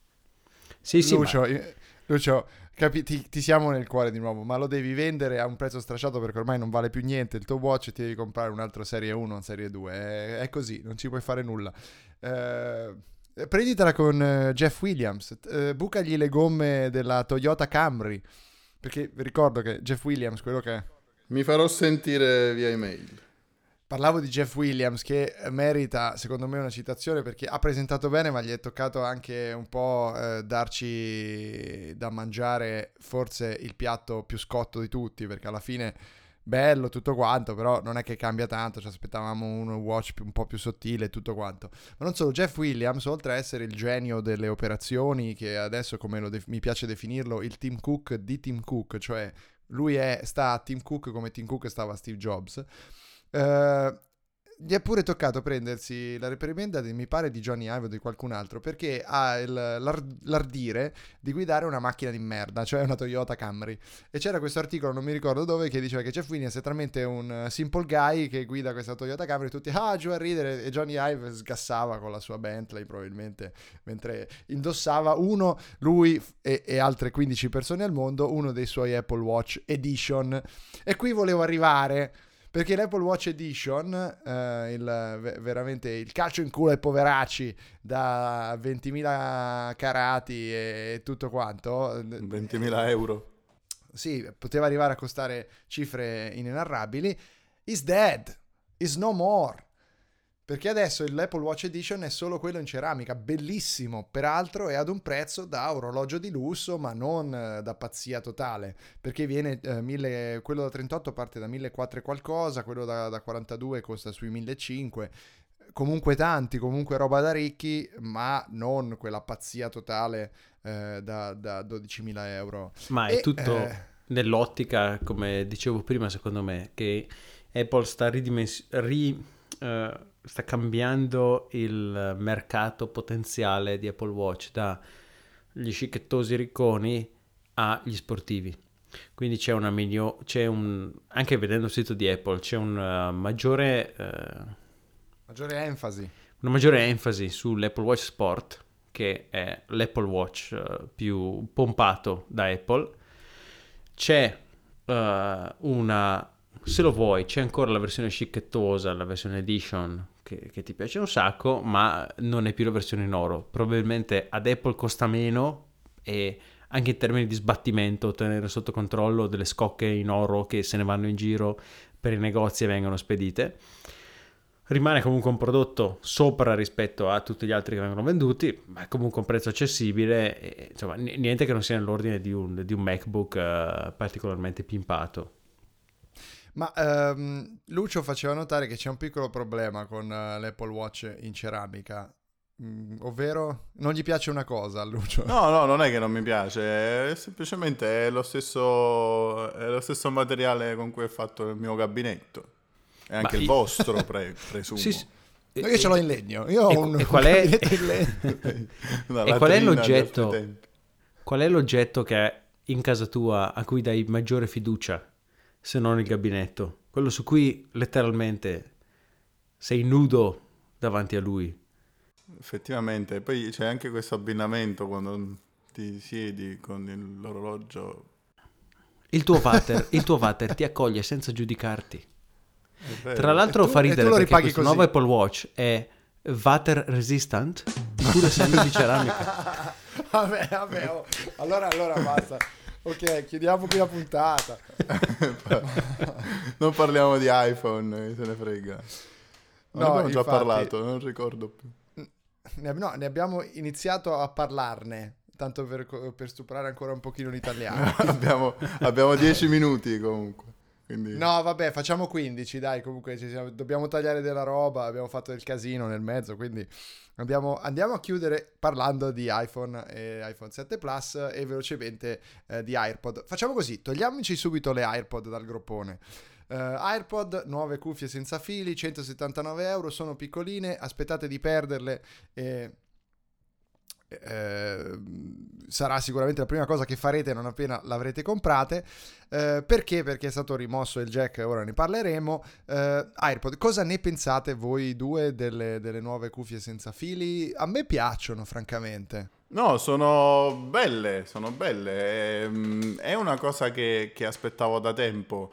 Lucio, ti siamo nel cuore di nuovo, ma lo devi vendere a un prezzo stracciato perché ormai non vale più niente il tuo watch e ti devi comprare un altro serie 1, serie 2. È così, non ci puoi fare nulla. Prenditela con Jeff Williams, bucagli le gomme della Toyota Camry, perché vi ricordo che Jeff Williams, quello che è... Mi farò sentire via email. Parlavo di Jeff Williams, che merita secondo me una citazione perché ha presentato bene, ma gli è toccato anche un po' darci da mangiare forse il piatto più scotto di tutti, perché alla fine bello tutto quanto, però non è che cambia tanto, ci aspettavamo un watch un po' più sottile e tutto quanto. Ma non solo, Jeff Williams, oltre a essere il genio delle operazioni, che adesso come mi piace definirlo, il Tim Cook di Tim Cook, cioè lui sta a Tim Cook come Tim Cook stava a Steve Jobs, gli è pure toccato prendersi la reprimenda, mi pare, di Johnny Ive o di qualcun altro, perché ha l'ardire di guidare una macchina di merda, cioè una Toyota Camry. E c'era questo articolo, non mi ricordo dove, che diceva che Jeff Williams è talmente un simple guy che guida questa Toyota Camry, tutti giù a ridere, e Johnny Ive sgassava con la sua Bentley probabilmente, mentre indossava lui e altre 15 persone al mondo, uno dei suoi Apple Watch Edition. E qui volevo arrivare, perché l'Apple Watch Edition, veramente il calcio in culo ai poveracci da 20.000 carati e tutto quanto. 20.000 euro. Sì, poteva arrivare a costare cifre inenarrabili. Is dead, is no more. Perché adesso l'Apple Watch Edition è solo quello in ceramica, bellissimo, peraltro, è ad un prezzo da orologio di lusso, ma non da pazzia totale, perché viene quello da 38 parte da 1.400 e qualcosa, quello da 42 costa sui 1.500, comunque tanti, comunque roba da ricchi, ma non quella pazzia totale da 12.000 euro. Ma è tutto nell'ottica, come dicevo prima, secondo me, che Apple sta cambiando il mercato potenziale di Apple Watch dagli scicchettosi ricconi agli sportivi. Quindi anche vedendo il sito di Apple, c'è una maggiore enfasi sull'Apple Watch Sport, che è l'Apple Watch più pompato da Apple. C'è se lo vuoi, c'è ancora la versione scicchettosa, la versione Edition, che ti piace un sacco, ma non è più la versione in oro. Probabilmente ad Apple costa meno, e anche in termini di sbattimento, tenere sotto controllo delle scocche in oro che se ne vanno in giro per i negozi e vengono spedite. Rimane comunque un prodotto sopra rispetto a tutti gli altri che vengono venduti, ma è comunque un prezzo accessibile, e, insomma, niente che non sia nell'ordine di un MacBook particolarmente pimpato. Ma Lucio faceva notare che c'è un piccolo problema con l'Apple Watch in ceramica, ovvero non gli piace una cosa a Lucio. No, non è che non mi piace, è semplicemente lo stesso materiale con cui è fatto il mio gabinetto. E anche il vostro, presumo. Sì. Io ce l'ho in legno. Io ho un gabinetto in legno. E qual è l'oggetto? Qual è l'oggetto che è in casa tua a cui dai maggiore fiducia, se non il gabinetto? Quello su cui letteralmente sei nudo davanti a lui. Effettivamente. Poi c'è anche questo abbinamento quando ti siedi con l'orologio. Il tuo vater ti accoglie senza giudicarti. Tra l'altro fa ridere perché questo nuovo Apple Watch è water resistant, pur essendo di ceramica. Vabbè, oh. Allora basta. Ok, chiudiamo qui la puntata. Non parliamo di iPhone, se ne frega. Ne abbiamo già parlato, non ricordo più. Ne abbiamo iniziato a parlarne, tanto per stuprare ancora un pochino l'italiano. abbiamo 10 minuti comunque. Quindi... No, vabbè, facciamo 15, dai, comunque dobbiamo tagliare della roba, abbiamo fatto del casino nel mezzo, quindi andiamo a chiudere parlando di iPhone e iPhone 7 Plus e velocemente di AirPod. Facciamo così, togliamoci subito le AirPod dal groppone. AirPod, nuove cuffie senza fili, 179 euro, sono piccoline, aspettate di perderle e... sarà sicuramente la prima cosa che farete non appena l'avrete comprate. Perché è stato rimosso il jack, ora ne parleremo. AirPod, cosa ne pensate voi due delle nuove cuffie senza fili? A me piacciono, francamente. No, sono belle. È una cosa che aspettavo da tempo.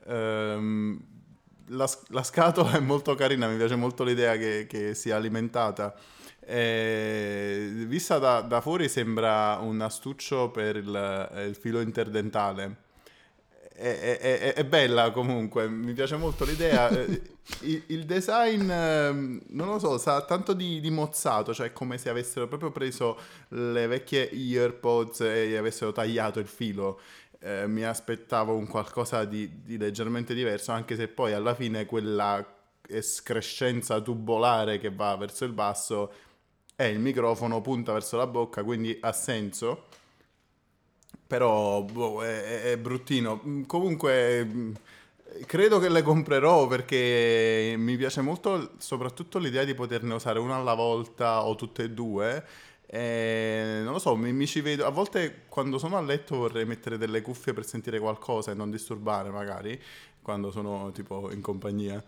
La scatola è molto carina, mi piace molto l'idea che sia alimentata. Vista da fuori sembra un astuccio per il filo interdentale. È bella comunque, mi piace molto l'idea. Il design, non lo so, sa tanto di mozzato, cioè come se avessero proprio preso le vecchie EarPods e avessero tagliato il filo. Mi aspettavo un qualcosa di leggermente diverso, anche se poi alla fine quella escrescenza tubolare che va verso il basso è il microfono, punta verso la bocca, quindi ha senso. Però è bruttino. Comunque Credo che le comprerò perché mi piace molto soprattutto l'idea di poterne usare una alla volta o tutte e due. Non lo so, mi ci vedo. A volte quando sono a letto vorrei mettere delle cuffie per sentire qualcosa e non disturbare magari, quando sono tipo in compagnia.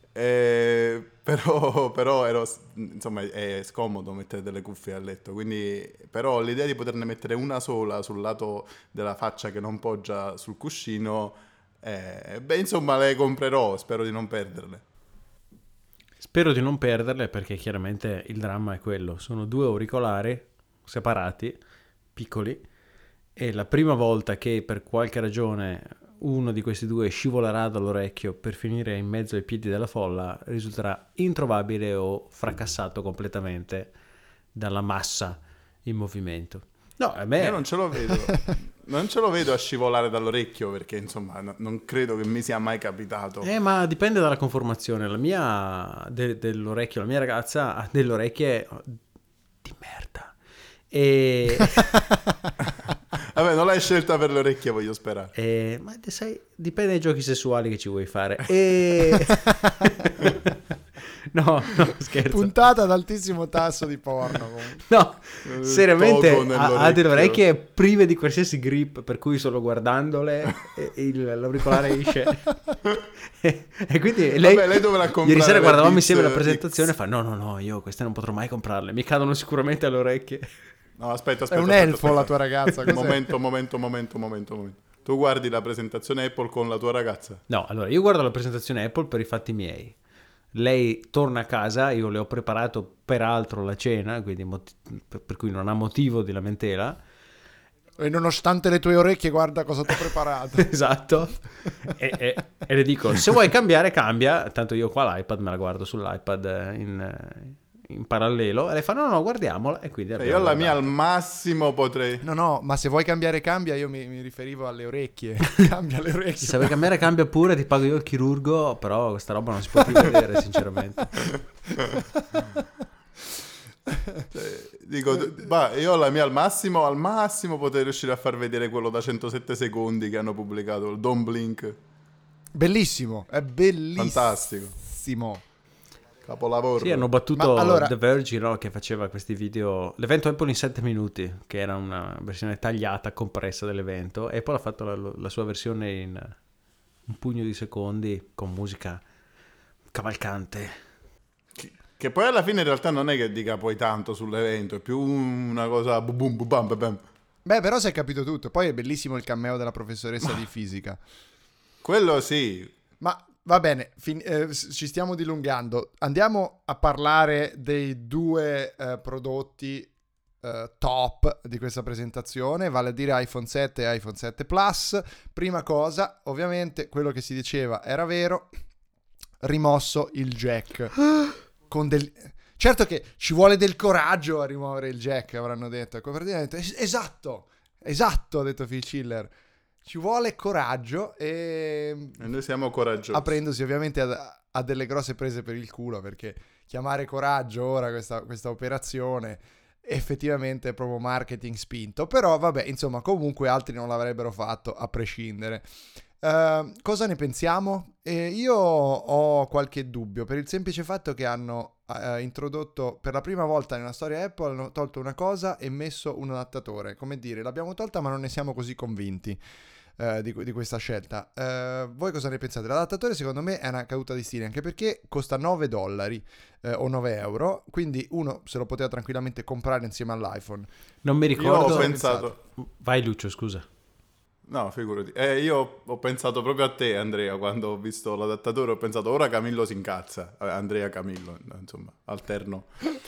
Però insomma è scomodo mettere delle cuffie a letto, quindi però l'idea di poterne mettere una sola sul lato della faccia che non poggia sul cuscino, beh insomma le comprerò, spero di non perderle. Spero di non perderle perché chiaramente il dramma è quello. Sono due auricolari separati, piccoli, e la prima volta che per qualche ragione uno di questi due scivolerà dall'orecchio per finire in mezzo ai piedi della folla risulterà introvabile o fracassato completamente dalla massa in movimento. No, a me... Io non ce lo vedo. Non ce lo vedo a scivolare dall'orecchio perché insomma non credo che mi sia mai capitato. Ma dipende dalla conformazione. La mia dell'orecchio, la mia ragazza ha delle orecchie di merda. E Vabbè, non l'hai scelta per le orecchie, voglio sperare. ma sai, dipende dai giochi sessuali che ci vuoi fare. No, scherzo. Puntata ad altissimo tasso di porno. No, seriamente togo ha delle nell'orecchio. orecchie prive di qualsiasi grip, per cui solo guardandole l'auricolare esce. E quindi lei, Vabbè, lei dovrà comprare ieri sera le guardavamo Beats insieme la X. presentazione e fa no, io queste non potrò mai comprarle, mi cadono sicuramente alle orecchie. No, aspetta. È un elfo la tua ragazza. Cos'è? Momento. Tu guardi la presentazione Apple con la tua ragazza? No, allora io guardo la presentazione Apple per i fatti miei. Lei torna a casa, io le ho preparato peraltro la cena, quindi per cui non ha motivo di lamentela. E nonostante le tue orecchie, guarda cosa ti ho preparato. Esatto. E le dico, se vuoi cambiare, cambia. Tanto io qua l'iPad me la guardo sull'iPad in parallelo. E lei fa, no, guardiamola. E quindi Io la mia al massimo potrei... No, ma se vuoi cambiare, cambia. Io mi riferivo alle orecchie. Cambia le orecchie. Se vuoi cambiare, cambia pure, ti pago io il chirurgo. Però questa roba non si può più vedere, sinceramente. Dico, io la mia al massimo potrei riuscire a far vedere quello da 107 secondi che hanno pubblicato, il Don't Blink. Bellissimo, è bellissimo. Fantastico. Capolavoro. Sì, hanno battuto allora... The Verge, no, che faceva questi video, l'evento Apple in 7 minuti, che era una versione tagliata, compressa dell'evento, e poi ha fatto la sua versione in un pugno di secondi con musica cavalcante. Che poi alla fine in realtà non è che dica poi tanto sull'evento, è più una cosa bum bum bam bam. Beh, però si è capito tutto. Poi è bellissimo il cameo della professoressa di fisica. Quello sì. Ma va bene, ci stiamo dilungando. Andiamo a parlare dei due prodotti top di questa presentazione, vale a dire iPhone 7 e iPhone 7 Plus. Prima cosa, ovviamente, quello che si diceva era vero, rimosso il jack. Certo che ci vuole del coraggio a rimuovere il jack, avranno detto. Ecco, praticamente, esatto, ha detto Phil Schiller. Ci vuole coraggio e noi siamo coraggiosi. Aprendosi ovviamente a delle grosse prese per il culo, perché chiamare coraggio ora questa operazione effettivamente è proprio marketing spinto. Però vabbè, insomma, comunque altri non l'avrebbero fatto a prescindere. Cosa ne pensiamo? Io ho qualche dubbio per il semplice fatto che hanno introdotto per la prima volta nella storia Apple, hanno tolto una cosa e messo un adattatore. Come dire, l'abbiamo tolta ma non ne siamo così convinti di questa scelta. Voi cosa ne pensate? L'adattatore secondo me è una caduta di stile, anche perché costa $9 o 9 euro, quindi uno se lo poteva tranquillamente comprare insieme all'iPhone. Non mi ricordo. Io ho pensato... Vai Lucio, scusa. No, figurati. Io ho pensato proprio a te, Andrea, quando ho visto l'adattatore, ho pensato ora Camillo si incazza. Andrea Camillo, insomma, alterno.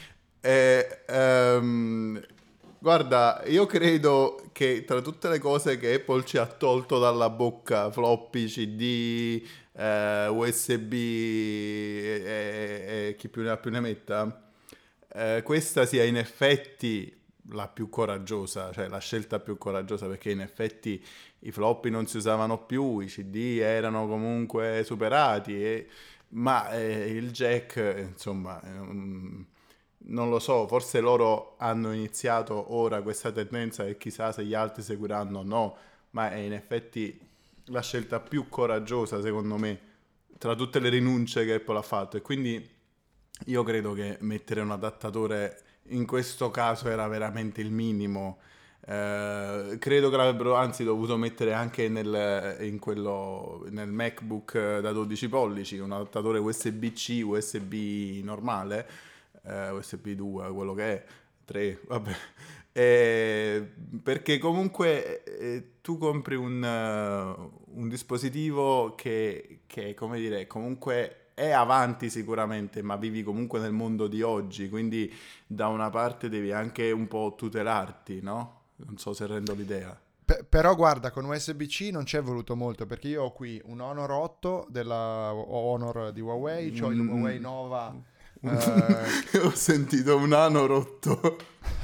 Guarda, io credo che tra tutte le cose che Apple ci ha tolto dalla bocca, floppy, CD, USB e chi più ne ha più ne metta, questa sia in effetti la più coraggiosa, cioè la scelta più coraggiosa, perché in effetti i floppy non si usavano più, i CD erano comunque superati, ma il jack, insomma, non lo so, forse loro hanno iniziato ora questa tendenza e chissà se gli altri seguiranno o no, ma in effetti la scelta più coraggiosa, secondo me, tra tutte le rinunce che Apple ha fatto, e quindi io credo che mettere un adattatore in questo caso era veramente il minimo. Credo che l'avrebbero anzi dovuto mettere anche nel MacBook da 12 pollici, un adattatore USB-C, USB normale, USB 2, quello che è, 3, vabbè. Perché comunque tu compri un dispositivo che, come dire, comunque è avanti sicuramente, ma vivi comunque nel mondo di oggi, quindi da una parte devi anche un po' tutelarti, no? Non so se rendo l'idea. Però guarda, con USB-C non ci è voluto molto, perché io ho qui un Honor 8 della Honor di Huawei, ho il Huawei Nova. Ho sentito un ano rotto.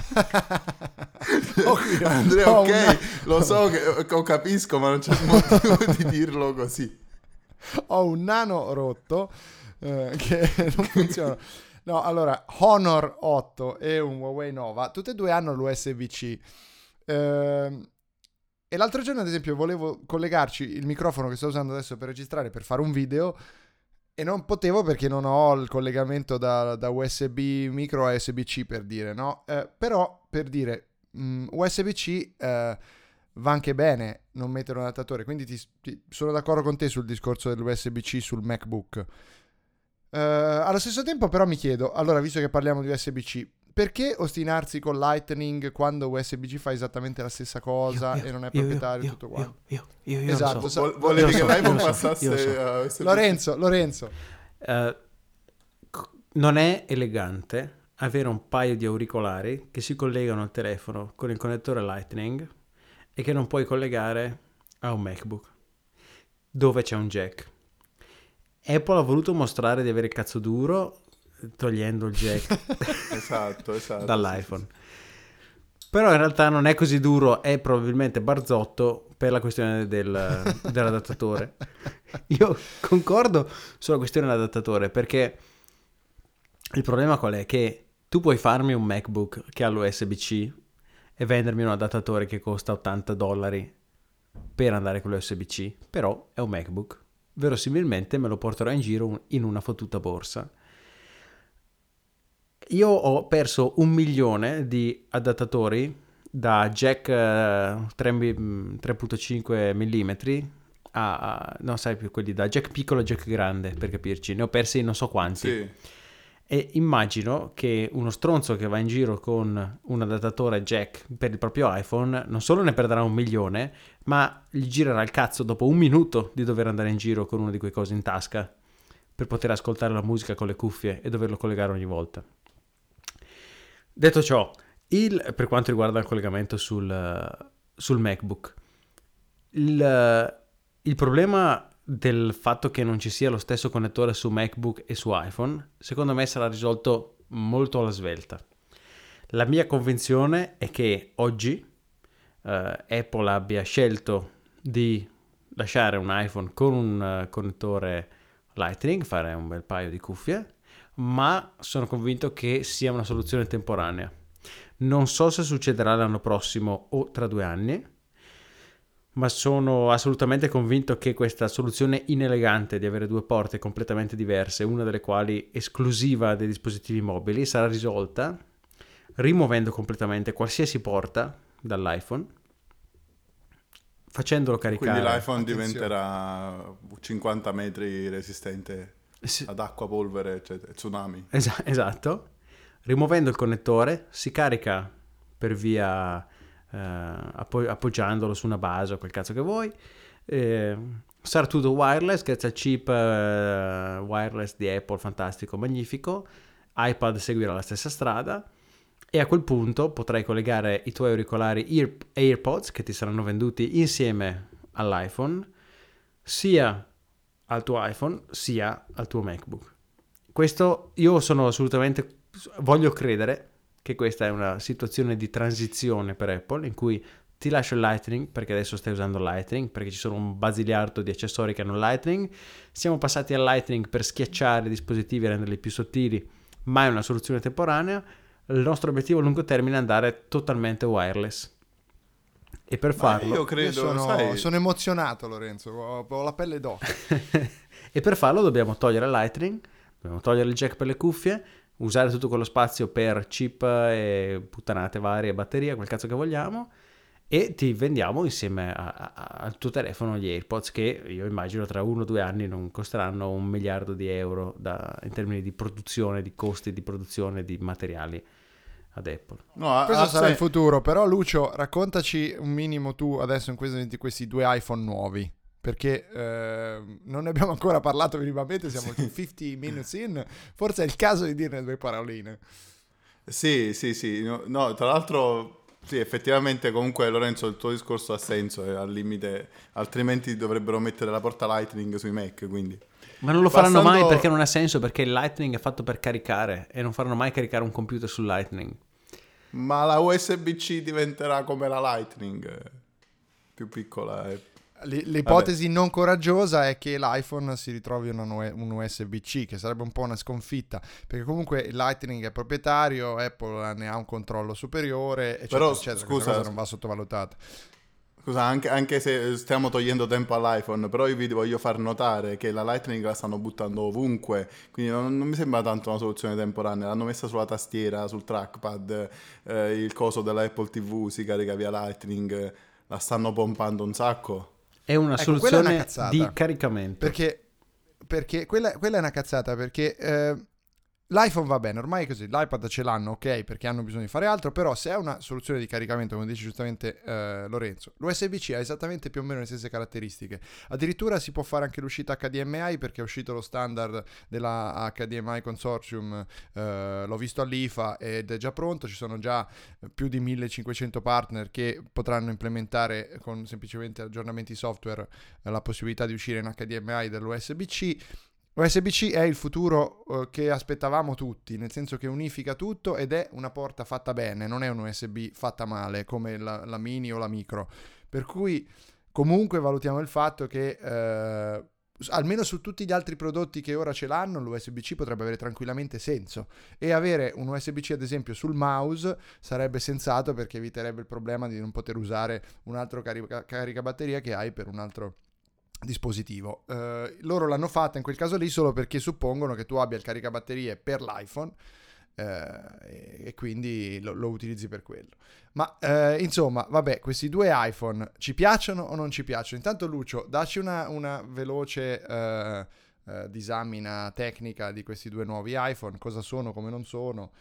Andrea, lo so che capisco, ma non c'è motivo di dirlo così. Ho un nano rotto che non funziona. No, allora, Honor 8 e un Huawei Nova, tutte e due hanno l'USB-C. E l'altro giorno, ad esempio, volevo collegarci il microfono che sto usando adesso per registrare, per fare un video, e non potevo perché non ho il collegamento da USB micro a USB-C, per dire, no? Però, per dire, USB-C va anche bene non mettere un adattatore, quindi sono d'accordo con te sul discorso dell'USB-C sul MacBook. Allo stesso tempo però mi chiedo, allora, visto che parliamo di USB-C, perché ostinarsi con Lightning quando USB-C fa esattamente la stessa cosa e non è proprietario tutto quanto? Io esatto, so. Volevi che l'iPhone passasse a USB-C? Lorenzo. Non è elegante avere un paio di auricolari che si collegano al telefono con il connettore Lightning e che non puoi collegare a un MacBook dove c'è un jack. Apple ha voluto mostrare di avere il cazzo duro togliendo il jack esatto, dall'iPhone. Però in realtà non è così duro, è probabilmente barzotto per la questione dell'adattatore. Io concordo sulla questione dell'adattatore, perché il problema qual è? Che tu puoi farmi un MacBook che ha l'USB-C e vendermi un adattatore che costa $80 per andare con l'USB-C, però è un MacBook. Verosimilmente me lo porterò in giro in una fottuta borsa. Io ho perso 1 milione di adattatori da jack 3.5 mm non sai più, quelli da jack piccolo a jack grande, per capirci, ne ho persi non so quanti. Sì. E immagino che uno stronzo che va in giro con un adattatore jack per il proprio iPhone non solo ne perderà 1 milione, ma gli girerà il cazzo dopo 1 minuto di dover andare in giro con una di quei cosi in tasca per poter ascoltare la musica con le cuffie e doverlo collegare ogni volta. Detto ciò, per quanto riguarda il collegamento sul MacBook, il problema del fatto che non ci sia lo stesso connettore su MacBook e su iPhone, secondo me sarà risolto molto alla svelta. La mia convinzione è che oggi Apple abbia scelto di lasciare un iPhone con un connettore Lightning, fare un bel paio di cuffie, ma sono convinto che sia una soluzione temporanea. Non so se succederà l'anno prossimo o tra 2 anni, ma sono assolutamente convinto che questa soluzione inelegante di avere 2 porte completamente diverse, una delle quali esclusiva dei dispositivi mobili, sarà risolta rimuovendo completamente qualsiasi porta dall'iPhone, facendolo caricare. Quindi l'iPhone diventerà 50 metri resistente ad acqua, polvere, eccetera, tsunami. Esatto. Rimuovendo il connettore si carica per via appoggiandolo su una base o quel cazzo che vuoi. Sarà tutto wireless grazie al chip wireless di Apple, fantastico, magnifico. iPad seguirà la stessa strada e a quel punto potrai collegare i tuoi auricolari AirPods che ti saranno venduti insieme all'iPhone sia al tuo iPhone sia al tuo MacBook. Questo io sono assolutamente, voglio credere che questa è una situazione di transizione per Apple in cui ti lascio il Lightning perché adesso stai usando Lightning, perché ci sono un basiliardo di accessori che hanno Lightning, siamo passati al Lightning per schiacciare i dispositivi e renderli più sottili, ma è una soluzione temporanea. Il nostro obiettivo a lungo termine è andare totalmente wireless E per farlo... Io credo, sono emozionato, Lorenzo, ho la pelle d'oca. E per farlo dobbiamo togliere il Lightning, dobbiamo togliere il jack per le cuffie, usare tutto quello spazio per chip e puttanate varie, batteria, quel cazzo che vogliamo, e ti vendiamo insieme al tuo telefono gli AirPods, che io immagino tra 1 o 2 anni non costeranno €1 miliardo in termini di produzione, di costi di produzione di materiali ad Apple. No, Questo sarà il futuro, però Lucio, raccontaci un minimo tu adesso in questi 2 iPhone nuovi, perché non ne abbiamo ancora parlato minimamente, siamo 50 minutes in, forse è il caso di dirne 2 paroline. Sì, no, tra l'altro sì, effettivamente comunque Lorenzo il tuo discorso ha senso, al limite, altrimenti dovrebbero mettere la porta Lightning sui Mac, quindi... Ma non lo faranno mai perché non ha senso, perché il Lightning è fatto per caricare e non faranno mai caricare un computer sul Lightning. Ma la USB-C diventerà come la Lightning, più piccola. L'ipotesi non coraggiosa è che l'iPhone si ritrovi un USB-C, che sarebbe un po' una sconfitta, perché comunque il Lightning è proprietario, Apple ne ha un controllo superiore, eccetera, però, eccetera. Scusa, questa cosa non va sottovalutata. Scusa, anche se stiamo togliendo tempo all'iPhone, però io vi voglio far notare che la Lightning la stanno buttando ovunque, quindi non mi sembra tanto una soluzione temporanea. L'hanno messa sulla tastiera, sul trackpad, il coso della Apple TV si carica via Lightning, la stanno pompando un sacco. È una soluzione di caricamento. Perché quella è una cazzata, perché l'iPhone va bene, ormai è così, l'iPad ce l'hanno, ok, perché hanno bisogno di fare altro, però se è una soluzione di caricamento, come dice giustamente Lorenzo, l'USB-C ha esattamente più o meno le stesse caratteristiche. Addirittura si può fare anche l'uscita HDMI, perché è uscito lo standard della HDMI Consortium, l'ho visto all'IFA ed è già pronto, ci sono già più di 1500 partner che potranno implementare con semplicemente aggiornamenti software la possibilità di uscire in HDMI dell'USB-C. USB-C è il futuro che aspettavamo tutti, nel senso che unifica tutto ed è una porta fatta bene, non è un USB fatta male come la mini o la micro. Per cui comunque valutiamo il fatto che almeno su tutti gli altri prodotti che ora ce l'hanno, l'USB-C potrebbe avere tranquillamente senso, e avere un USB-C ad esempio sul mouse sarebbe sensato, perché eviterebbe il problema di non poter usare un altro caricabatteria che hai per un altro dispositivo. Loro l'hanno fatta in quel caso lì solo perché suppongono che tu abbia il caricabatterie per l'iPhone e quindi lo utilizzi per quello. Ma insomma, vabbè, questi 2 iPhone ci piacciono o non ci piacciono? Intanto Lucio, dacci una veloce disamina tecnica di questi 2 nuovi iPhone, cosa sono, come non sono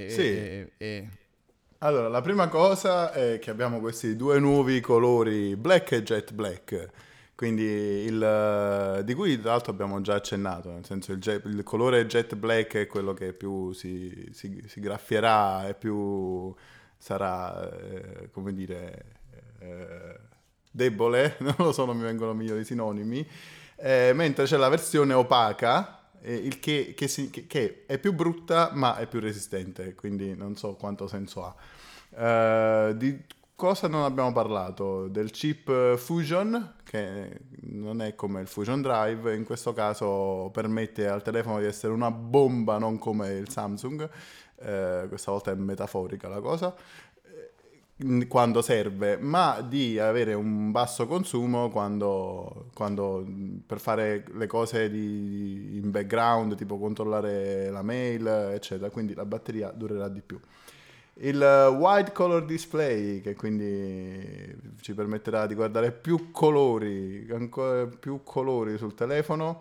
Allora, la prima cosa è che abbiamo questi 2 nuovi colori black e jet black. Quindi di cui tra l'altro abbiamo già accennato, nel senso il colore jet black è quello che più si graffierà e più sarà, come dire, debole, non lo so, non mi vengono migliori sinonimi, mentre c'è la versione opaca, il che è più brutta ma è più resistente, quindi non so quanto senso ha. Di cosa non abbiamo parlato? Del chip Fusion, che non è come il Fusion Drive, in questo caso permette al telefono di essere una bomba, non come il Samsung, questa volta è metaforica la cosa, quando serve, ma di avere un basso consumo quando per fare le cose in background, tipo controllare la mail, eccetera, quindi la batteria durerà di più. Il wide color display, che quindi ci permetterà di guardare più colori, ancora più colori sul telefono,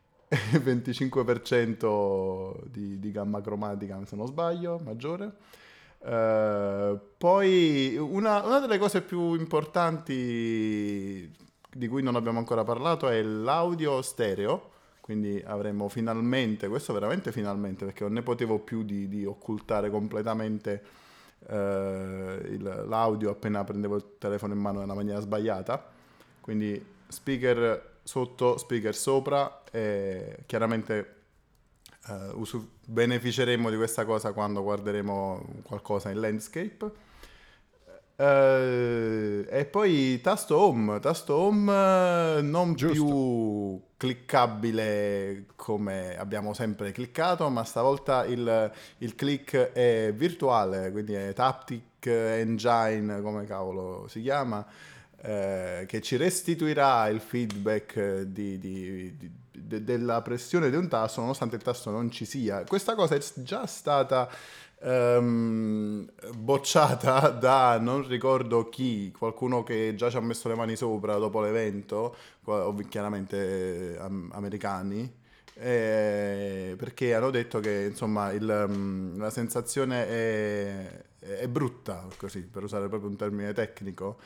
25% di gamma cromatica se non sbaglio, maggiore. Poi una delle cose più importanti di cui non abbiamo ancora parlato è l'audio stereo. Quindi avremo finalmente, questo veramente finalmente, perché non ne potevo più di occultare completamente l'audio appena prendevo il telefono in mano nella maniera sbagliata. Quindi speaker sotto, speaker sopra, e chiaramente beneficeremo di questa cosa quando guarderemo qualcosa in landscape. E poi tasto home non giusto. Più cliccabile come abbiamo sempre cliccato, ma stavolta il click è virtuale, quindi è Taptic Engine, come cavolo si chiama, che ci restituirà il feedback della pressione di un tasto nonostante il tasto non ci sia. Questa cosa è già stata bocciata da non ricordo chi, qualcuno che già ci ha messo le mani sopra dopo l'evento, chiaramente americani, perché hanno detto che insomma la sensazione è brutta, così, per usare proprio un termine tecnico.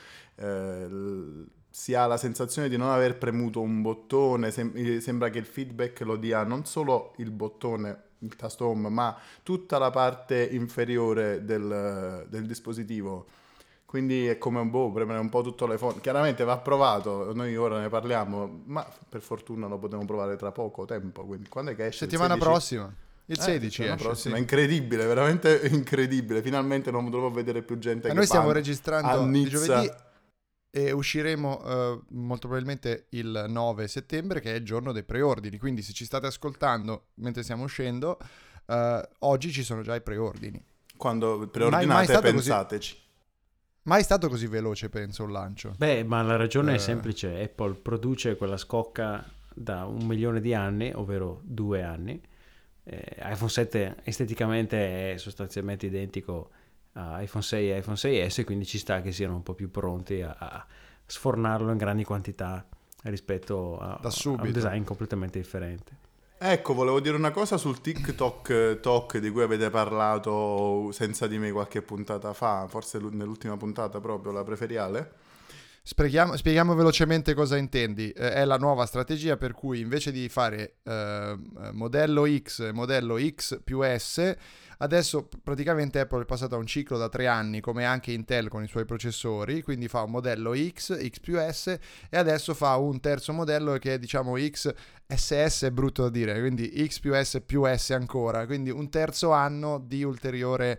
Si ha la sensazione di non aver premuto un bottone, sembra che il feedback lo dia non solo il bottone, il tasto home, ma tutta la parte inferiore del dispositivo. Quindi è come premere un po' tutto l'iPhone. Chiaramente va provato, noi ora ne parliamo, ma per fortuna lo potremo provare tra poco tempo. Quindi quando è che esce? Settimana prossima. Il 16 esce, prossima. Sì. È incredibile, veramente incredibile. Finalmente non dovrò vedere più gente che noi stiamo registrando di giovedì e usciremo molto probabilmente il 9 settembre, che è il giorno dei preordini. Quindi se ci state ascoltando mentre stiamo uscendo, oggi ci sono già i preordini. Quando preordinate pensateci. Mai stato così veloce, penso, un lancio. Beh, ma la ragione è semplice. Apple produce quella scocca da 1 milione di anni, ovvero 2 anni. iPhone 7 esteticamente è sostanzialmente identico a iPhone 6 e iPhone 6S, quindi ci sta che siano un po' più pronti a sfornarlo in grandi quantità rispetto a un design completamente differente. Ecco, volevo dire una cosa sul TikTok Talk di cui avete parlato senza di me qualche puntata fa, forse nell'ultima puntata proprio, la preferiale. Spieghiamo velocemente cosa intendi. È la nuova strategia per cui invece di fare modello X e modello X più S, adesso praticamente Apple è passata a un ciclo da 3 anni, come anche Intel con i suoi processori, quindi fa un modello X più S, e adesso fa un terzo modello che è, diciamo, XSS, è brutto da dire, quindi X più S ancora, quindi un terzo anno di ulteriore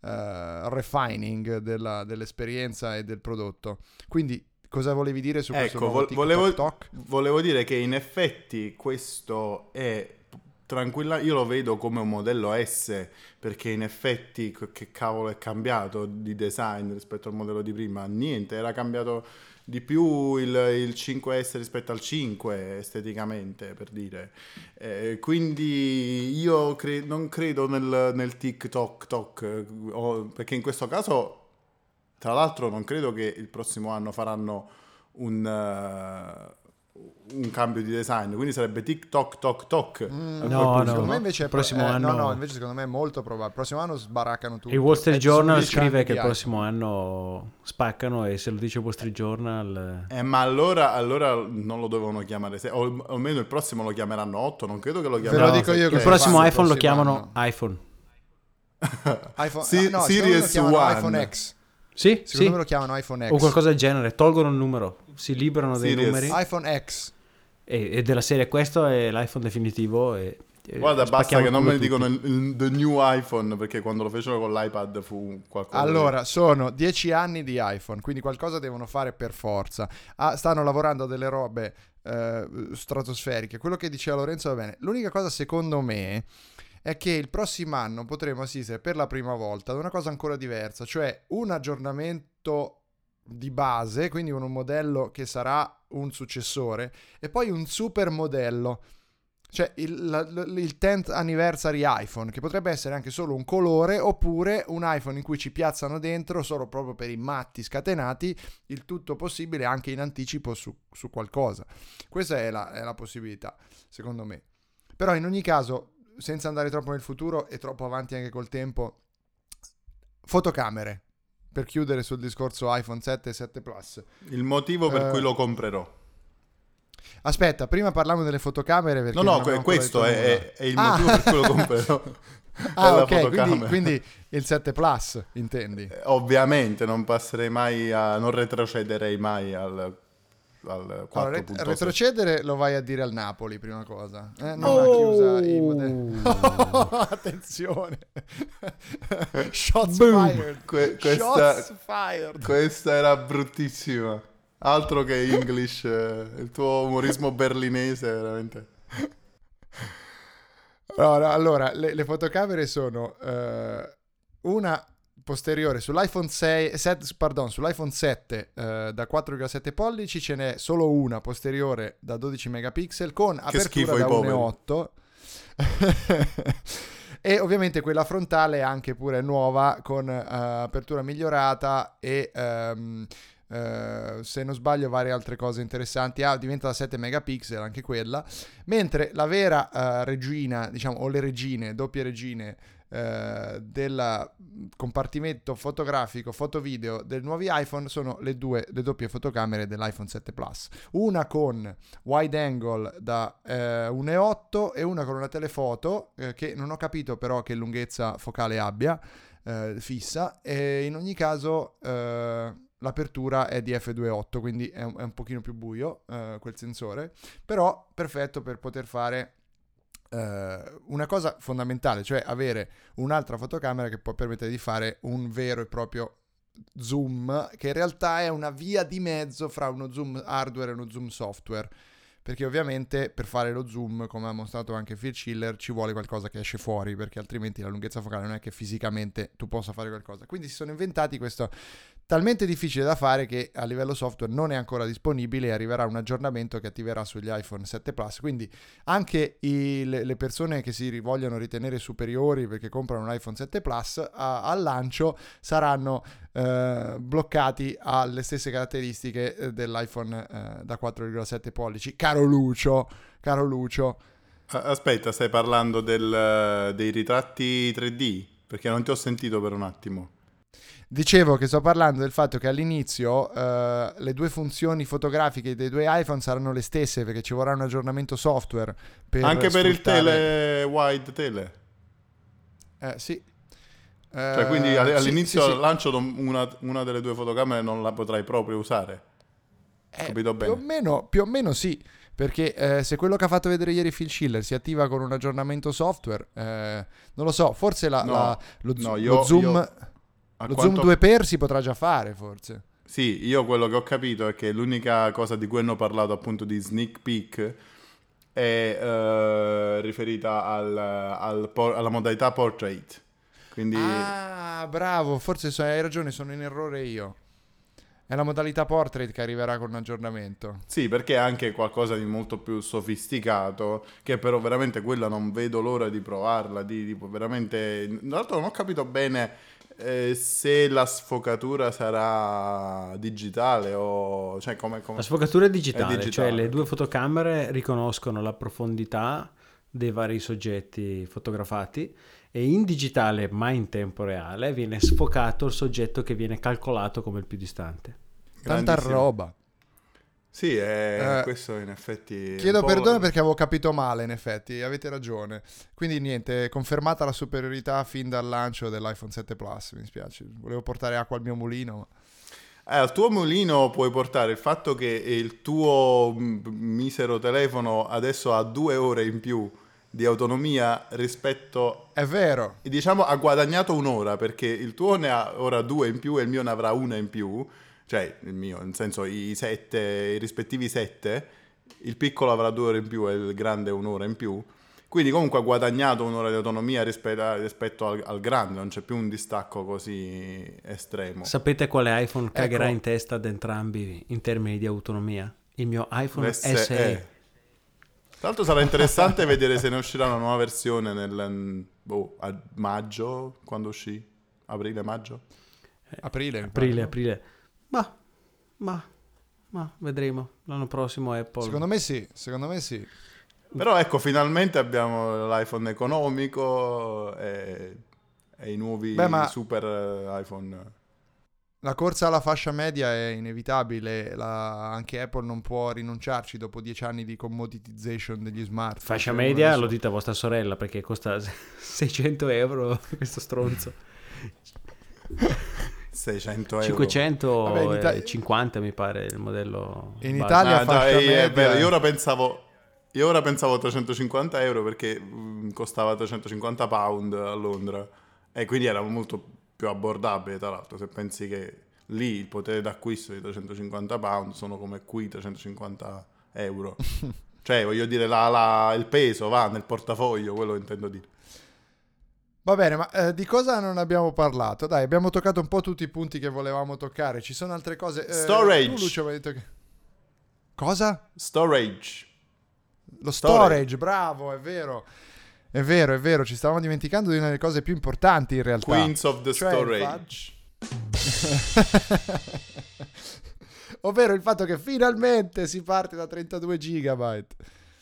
refining dell'esperienza e del prodotto. Quindi cosa volevi dire su questo nuovo TikTok? Volevo dire che in effetti questo è tranquilla, io lo vedo come un modello S, perché in effetti che cavolo è cambiato di design rispetto al modello di prima? Niente, era cambiato di più il 5S rispetto al 5 esteticamente, per dire. Quindi io non credo nel TikTok, perché in questo caso, tra l'altro, non credo che il prossimo anno faranno un cambio di design, quindi sarebbe TikTok. No, secondo me invece il prossimo anno no, invece secondo me è molto probabile. Il prossimo anno sbaraccano tutto. Il Wall Street Journal scrive che il prossimo anno spaccano, e se lo dice il Wall Street Journal ma allora non lo dovevano chiamare o almeno il prossimo lo chiameranno 8, non credo che lo chiameranno. Ve lo dico io, il prossimo iPhone lo chiamano iPhone. Series One, iPhone X. Sì, secondo me lo chiamano iPhone X o qualcosa del genere, tolgono un numero, si liberano dei numeri. iPhone X e della serie questo è l'iPhone definitivo guarda, basta che non me ne dicono the new iPhone, perché quando lo fecero con l'iPad fu qualcosa. Allora, sono 10 anni di iPhone, quindi qualcosa devono fare per forza. Stanno lavorando a delle robe stratosferiche. Quello che diceva Lorenzo va bene. L'unica cosa, secondo me, è che il prossimo anno potremo assistere per la prima volta ad una cosa ancora diversa, cioè un aggiornamento di base, quindi un modello che sarà un successore, e poi un super modello, cioè il 10th anniversary iPhone, che potrebbe essere anche solo un colore, oppure un iPhone in cui ci piazzano dentro, solo proprio per i matti scatenati, il tutto possibile anche in anticipo su qualcosa. Questa è la possibilità, secondo me. Però in ogni caso, senza andare troppo nel futuro e troppo avanti anche col tempo, fotocamere, per chiudere sul discorso iPhone 7 e 7 Plus. Il motivo per cui lo comprerò. Aspetta, prima parliamo delle fotocamere, perché no, questo è il motivo per cui lo comprerò. Ok, quindi il 7 Plus intendi? Ovviamente non passerei mai non retrocederei mai al 4.6. Allora, retrocedere lo vai a dire al Napoli, prima cosa. Non ha chiusa i modelli. Attenzione. Shots fired. Questa era bruttissima. Altro che English, il tuo umorismo berlinese, veramente. Allora, le fotocamere sono una posteriore sull'iPhone 7 da 4,7 pollici, ce n'è solo una posteriore da 12 megapixel con apertura da 1.8 e ovviamente quella frontale anche pure nuova con apertura migliorata e se non sbaglio varie altre cose interessanti. Diventa da 7 megapixel anche quella, mentre la vera regina, diciamo, o le regine, doppie regine del compartimento fotografico foto-video del nuovi iPhone sono le doppie fotocamere dell'iPhone 7 Plus, una con wide angle da 1.8 e una con una telefoto che non ho capito però che lunghezza focale abbia fissa, e in ogni caso l'apertura è di f2.8, quindi è un pochino più buio quel sensore, però perfetto per poter fare una cosa fondamentale, cioè avere un'altra fotocamera che può permettere di fare un vero e proprio zoom, che in realtà è una via di mezzo fra uno zoom hardware e uno zoom software, perché ovviamente per fare lo zoom, come ha mostrato anche Phil Schiller, ci vuole qualcosa che esce fuori, perché altrimenti la lunghezza focale non è che fisicamente tu possa fare qualcosa. Quindi si sono inventati questo talmente difficile da fare che a livello software non è ancora disponibile e arriverà un aggiornamento che attiverà sugli iPhone 7 Plus, quindi anche le persone che si vogliono ritenere superiori perché comprano un iPhone 7 Plus al lancio saranno bloccati alle stesse caratteristiche dell'iPhone da 4,7 pollici. Caro Lucio. Aspetta, stai parlando dei ritratti 3D? Perché non ti ho sentito per un attimo. Dicevo che sto parlando del fatto che all'inizio le due funzioni fotografiche dei due iPhone saranno le stesse, perché ci vorrà un aggiornamento software anche per il tele wide tele. Sì. Cioè, quindi all'inizio sì. al lancio una delle due fotocamere non la potrai proprio usare. Capito bene? Più o meno sì, perché se quello che ha fatto vedere ieri Phil Schiller si attiva con un aggiornamento software, non lo so, forse lo zoom 2x si potrà già fare, forse. Sì, io quello che ho capito è che l'unica cosa di cui hanno parlato appunto di sneak peek è riferita alla modalità portrait. Quindi... Ah, bravo, forse hai ragione, sono in errore io. È la modalità portrait che arriverà con un aggiornamento. Sì, perché è anche qualcosa di molto più sofisticato, che però veramente quella non vedo l'ora di provarla, tipo veramente... Tra l'altro non ho capito bene se la sfocatura sarà digitale o... Cioè, come... La sfocatura è digitale, cioè le due fotocamere riconoscono la profondità dei vari soggetti fotografati e in digitale, ma in tempo reale, viene sfocato il soggetto che viene calcolato come il più distante. Tanta roba. Sì, questo in effetti... Chiedo perdono perché avevo capito male, in effetti, avete ragione. Quindi niente, confermata la superiorità fin dal lancio dell'iPhone 7 Plus, mi spiace. Volevo portare acqua al mio mulino. Al tuo mulino puoi portare il fatto che il tuo misero telefono adesso ha 2 ore in più di autonomia rispetto... È vero. Diciamo ha guadagnato un'ora, perché il tuo ne ha ora 2 in più e il mio ne avrà una in più. Cioè, il mio, nel senso, i rispettivi 7, il piccolo avrà 2 ore in più e il grande un'ora in più. Quindi comunque ha guadagnato un'ora di autonomia rispetto al grande, non c'è più un distacco così estremo. Sapete quale iPhone cagherà in testa ad entrambi in termini di autonomia? Il mio iPhone SE. Tra l'altro sarà interessante vedere se ne uscirà una nuova versione a maggio, quando uscì? Aprile-maggio? Aprile. Ma vedremo l'anno prossimo Apple. Secondo me sì. Però ecco, finalmente abbiamo l'iPhone economico e i nuovi super iPhone. La corsa alla fascia media è inevitabile, anche Apple non può rinunciarci dopo 10 anni di commoditization degli smartphone. Fascia media lo dite a vostra sorella perché costa 600 euro questo stronzo. 600 euro. 550 mi pare il modello. In Italia fascia media. È vero, io ora pensavo 350 euro perché costava 350 pound a Londra e quindi era molto più abbordabile, tra l'altro, se pensi che lì il potere d'acquisto di 350 pound sono come qui 350 euro. Cioè, voglio dire, il peso va nel portafoglio, quello intendo dire. Va bene, ma di cosa non abbiamo parlato? Dai, abbiamo toccato un po' tutti i punti che volevamo toccare. Ci sono altre cose. Storage. Tu, Lucio, avevi detto che... Cosa? Storage. Lo storage, bravo, è vero. È vero, ci stavamo dimenticando di una delle cose più importanti in realtà. Queens of the storage. Ovvero il fatto che finalmente si parte da 32 gigabyte.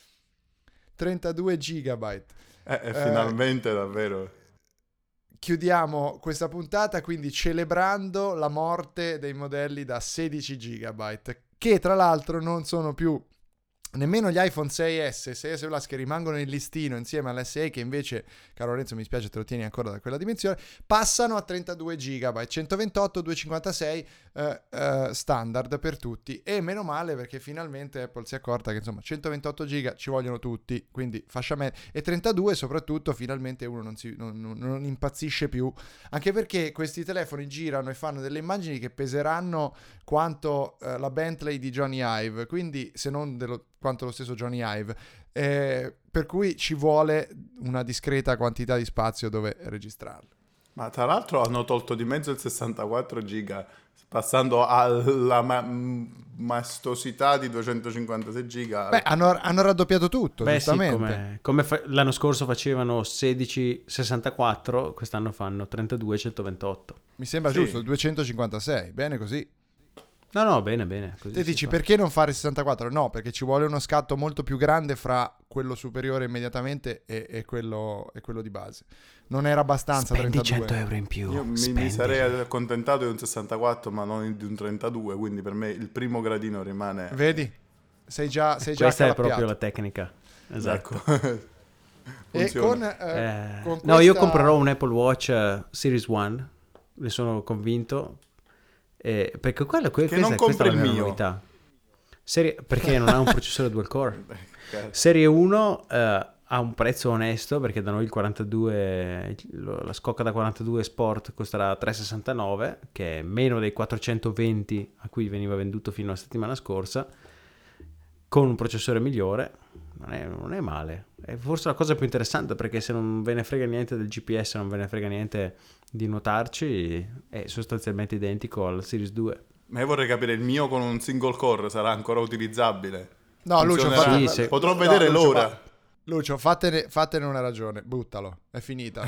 32 gigabyte. Finalmente davvero. Chiudiamo questa puntata quindi celebrando la morte dei modelli da 16 gigabyte, che tra l'altro non sono più nemmeno gli iPhone 6S e 6S Plus, che rimangono in listino insieme all'SE, che invece, caro Lorenzo, mi spiace te lo tieni ancora da quella dimensione, passano a 32 GB, 128, 256 standard per tutti. E meno male, perché finalmente Apple si è accorta che insomma 128 GB ci vogliono tutti, quindi fascia media, e 32 soprattutto finalmente uno non impazzisce più, anche perché questi telefoni girano e fanno delle immagini che peseranno quanto la Bentley di Johnny Ive, quindi se non quanto lo stesso Johnny Ive, per cui ci vuole una discreta quantità di spazio dove registrarlo. Ma tra l'altro hanno tolto di mezzo il 64 giga, passando alla maestosità di 256 giga. Beh, hanno raddoppiato tutto. Beh, giustamente. Sì, come l'anno scorso facevano 16-64, quest'anno fanno 32-128. Mi sembra giusto, 256, bene così. No, bene. Così Te dici perché non fare 64? No, perché ci vuole uno scatto molto più grande fra quello superiore immediatamente e quello di base. Non era abbastanza. Spendi 32 100 euro in più. Io mi sarei accontentato di un 64, ma non di un 32, quindi per me il primo gradino rimane... Vedi? Sei già Questa è proprio la tecnica. Esatto. E con No, io comprerò un Apple Watch Series 1, ne sono convinto. Perché questa è la mia novità. Perché non ha un processore dual core. Serie 1 ha un prezzo onesto, perché da noi il 42, la scocca da 42 Sport costerà 369, che è meno dei 420 a cui veniva venduto fino alla settimana scorsa, con un processore migliore. Non è male. È forse la cosa più interessante, perché se non ve ne frega niente del GPS, non ve ne frega niente di nuotarci, è sostanzialmente identico al Series 2. Ma io vorrei capire, il mio con un single core sarà ancora utilizzabile? No, Lucio, potrò vedere l'ora. Lucio, fatene una ragione, buttalo, è finita.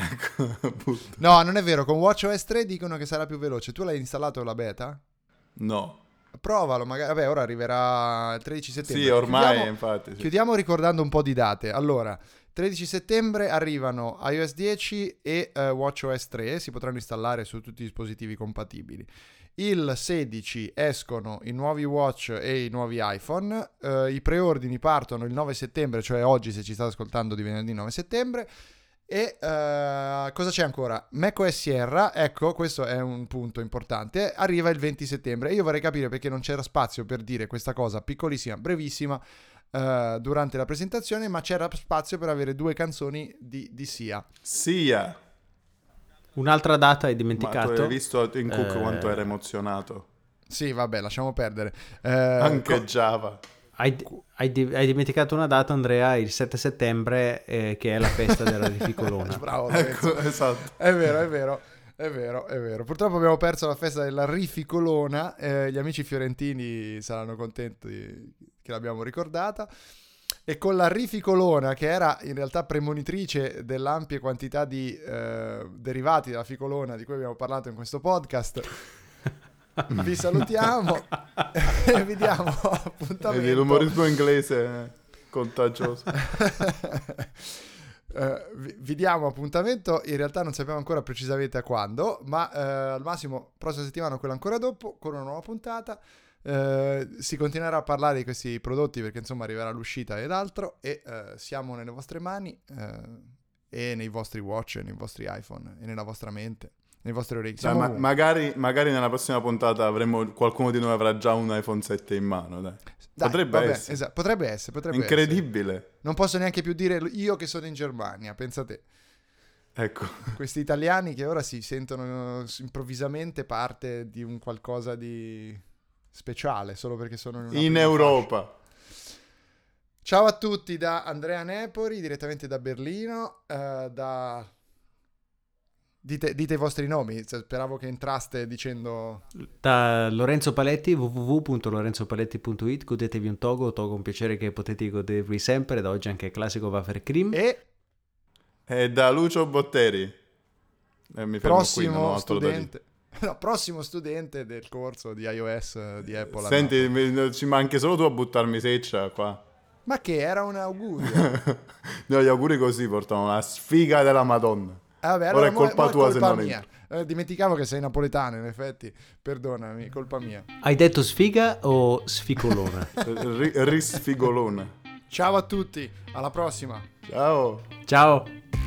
No, non è vero, con WatchOS 3 dicono che sarà più veloce. Tu l'hai installato la beta? No. Provalo, magari. Vabbè, ora arriverà il 13 settembre. Sì, ormai, infatti. Sì. Chiudiamo ricordando un po' di date. Allora, 13 settembre arrivano iOS 10 e WatchOS 3, si potranno installare su tutti i dispositivi compatibili. Il 16 escono i nuovi Watch e i nuovi iPhone, i preordini partono il 9 settembre, cioè oggi se ci state ascoltando di venerdì 9 settembre. E cosa c'è ancora? macOS Sierra, ecco, questo è un punto importante, arriva il 20 settembre. Io vorrei capire perché non c'era spazio per dire questa cosa piccolissima, brevissima, durante la presentazione, ma c'era spazio per avere 2 canzoni di Sia. Sia. Un'altra data hai dimenticato. Ma tu hai visto Tim Cook quanto era emozionato? Sì, vabbè, lasciamo perdere. Anche Java. Hai dimenticato una data, Andrea, il 7 settembre, che è la festa della rificolona. Bravo, ecco, esatto. È vero. Purtroppo abbiamo perso la festa della rificolona. Gli amici fiorentini saranno contenti che l'abbiamo ricordata. E con la rificolona, che era in realtà premonitrice dell'ampia quantità di derivati della ficolona di cui abbiamo parlato in questo podcast, vi salutiamo e vi diamo appuntamento. Vedi, l'umorismo inglese contagioso. Vi diamo appuntamento, in realtà non sappiamo ancora precisamente a quando, ma al massimo prossima settimana o quella ancora dopo, con una nuova puntata. Si continuerà a parlare di questi prodotti, perché insomma arriverà l'uscita ed altro, e siamo nelle vostre mani, e nei vostri watch, nei vostri iPhone e nella vostra mente, nei vostri orecchi. Magari nella prossima puntata qualcuno di noi avrà già un iPhone 7 in mano, dai. Potrebbe essere. Esatto, potrebbe essere. Incredibile. Non posso neanche più dire io che sono in Germania, pensa te. Ecco. Questi italiani che ora si sentono improvvisamente parte di un qualcosa di speciale solo perché sono in una In prima Europa. fascia. Ciao a tutti da Andrea Nepori, direttamente da Berlino. Dite i vostri nomi, speravo che entraste dicendo... Da Lorenzo Paletti, www.lorenzopaletti.it, godetevi un togo un piacere che potete godervi sempre, da oggi anche classico wafer cream. E da Lucio Botteri. Mi fermo qui, non ho altro da dire. Prossimo studente del corso di iOS di Apple. Senti, ci manchi solo tu a buttarmi seccia qua. Ma che era un augurio? No, gli auguri così portano la sfiga della Madonna. Vabbè, ora allora è colpa tua se non mia. Dimenticavo che sei napoletano, in effetti. Perdonami, colpa mia. Hai detto sfiga o sficolona? Risfigolone. Ciao a tutti, alla prossima. Ciao. Ciao.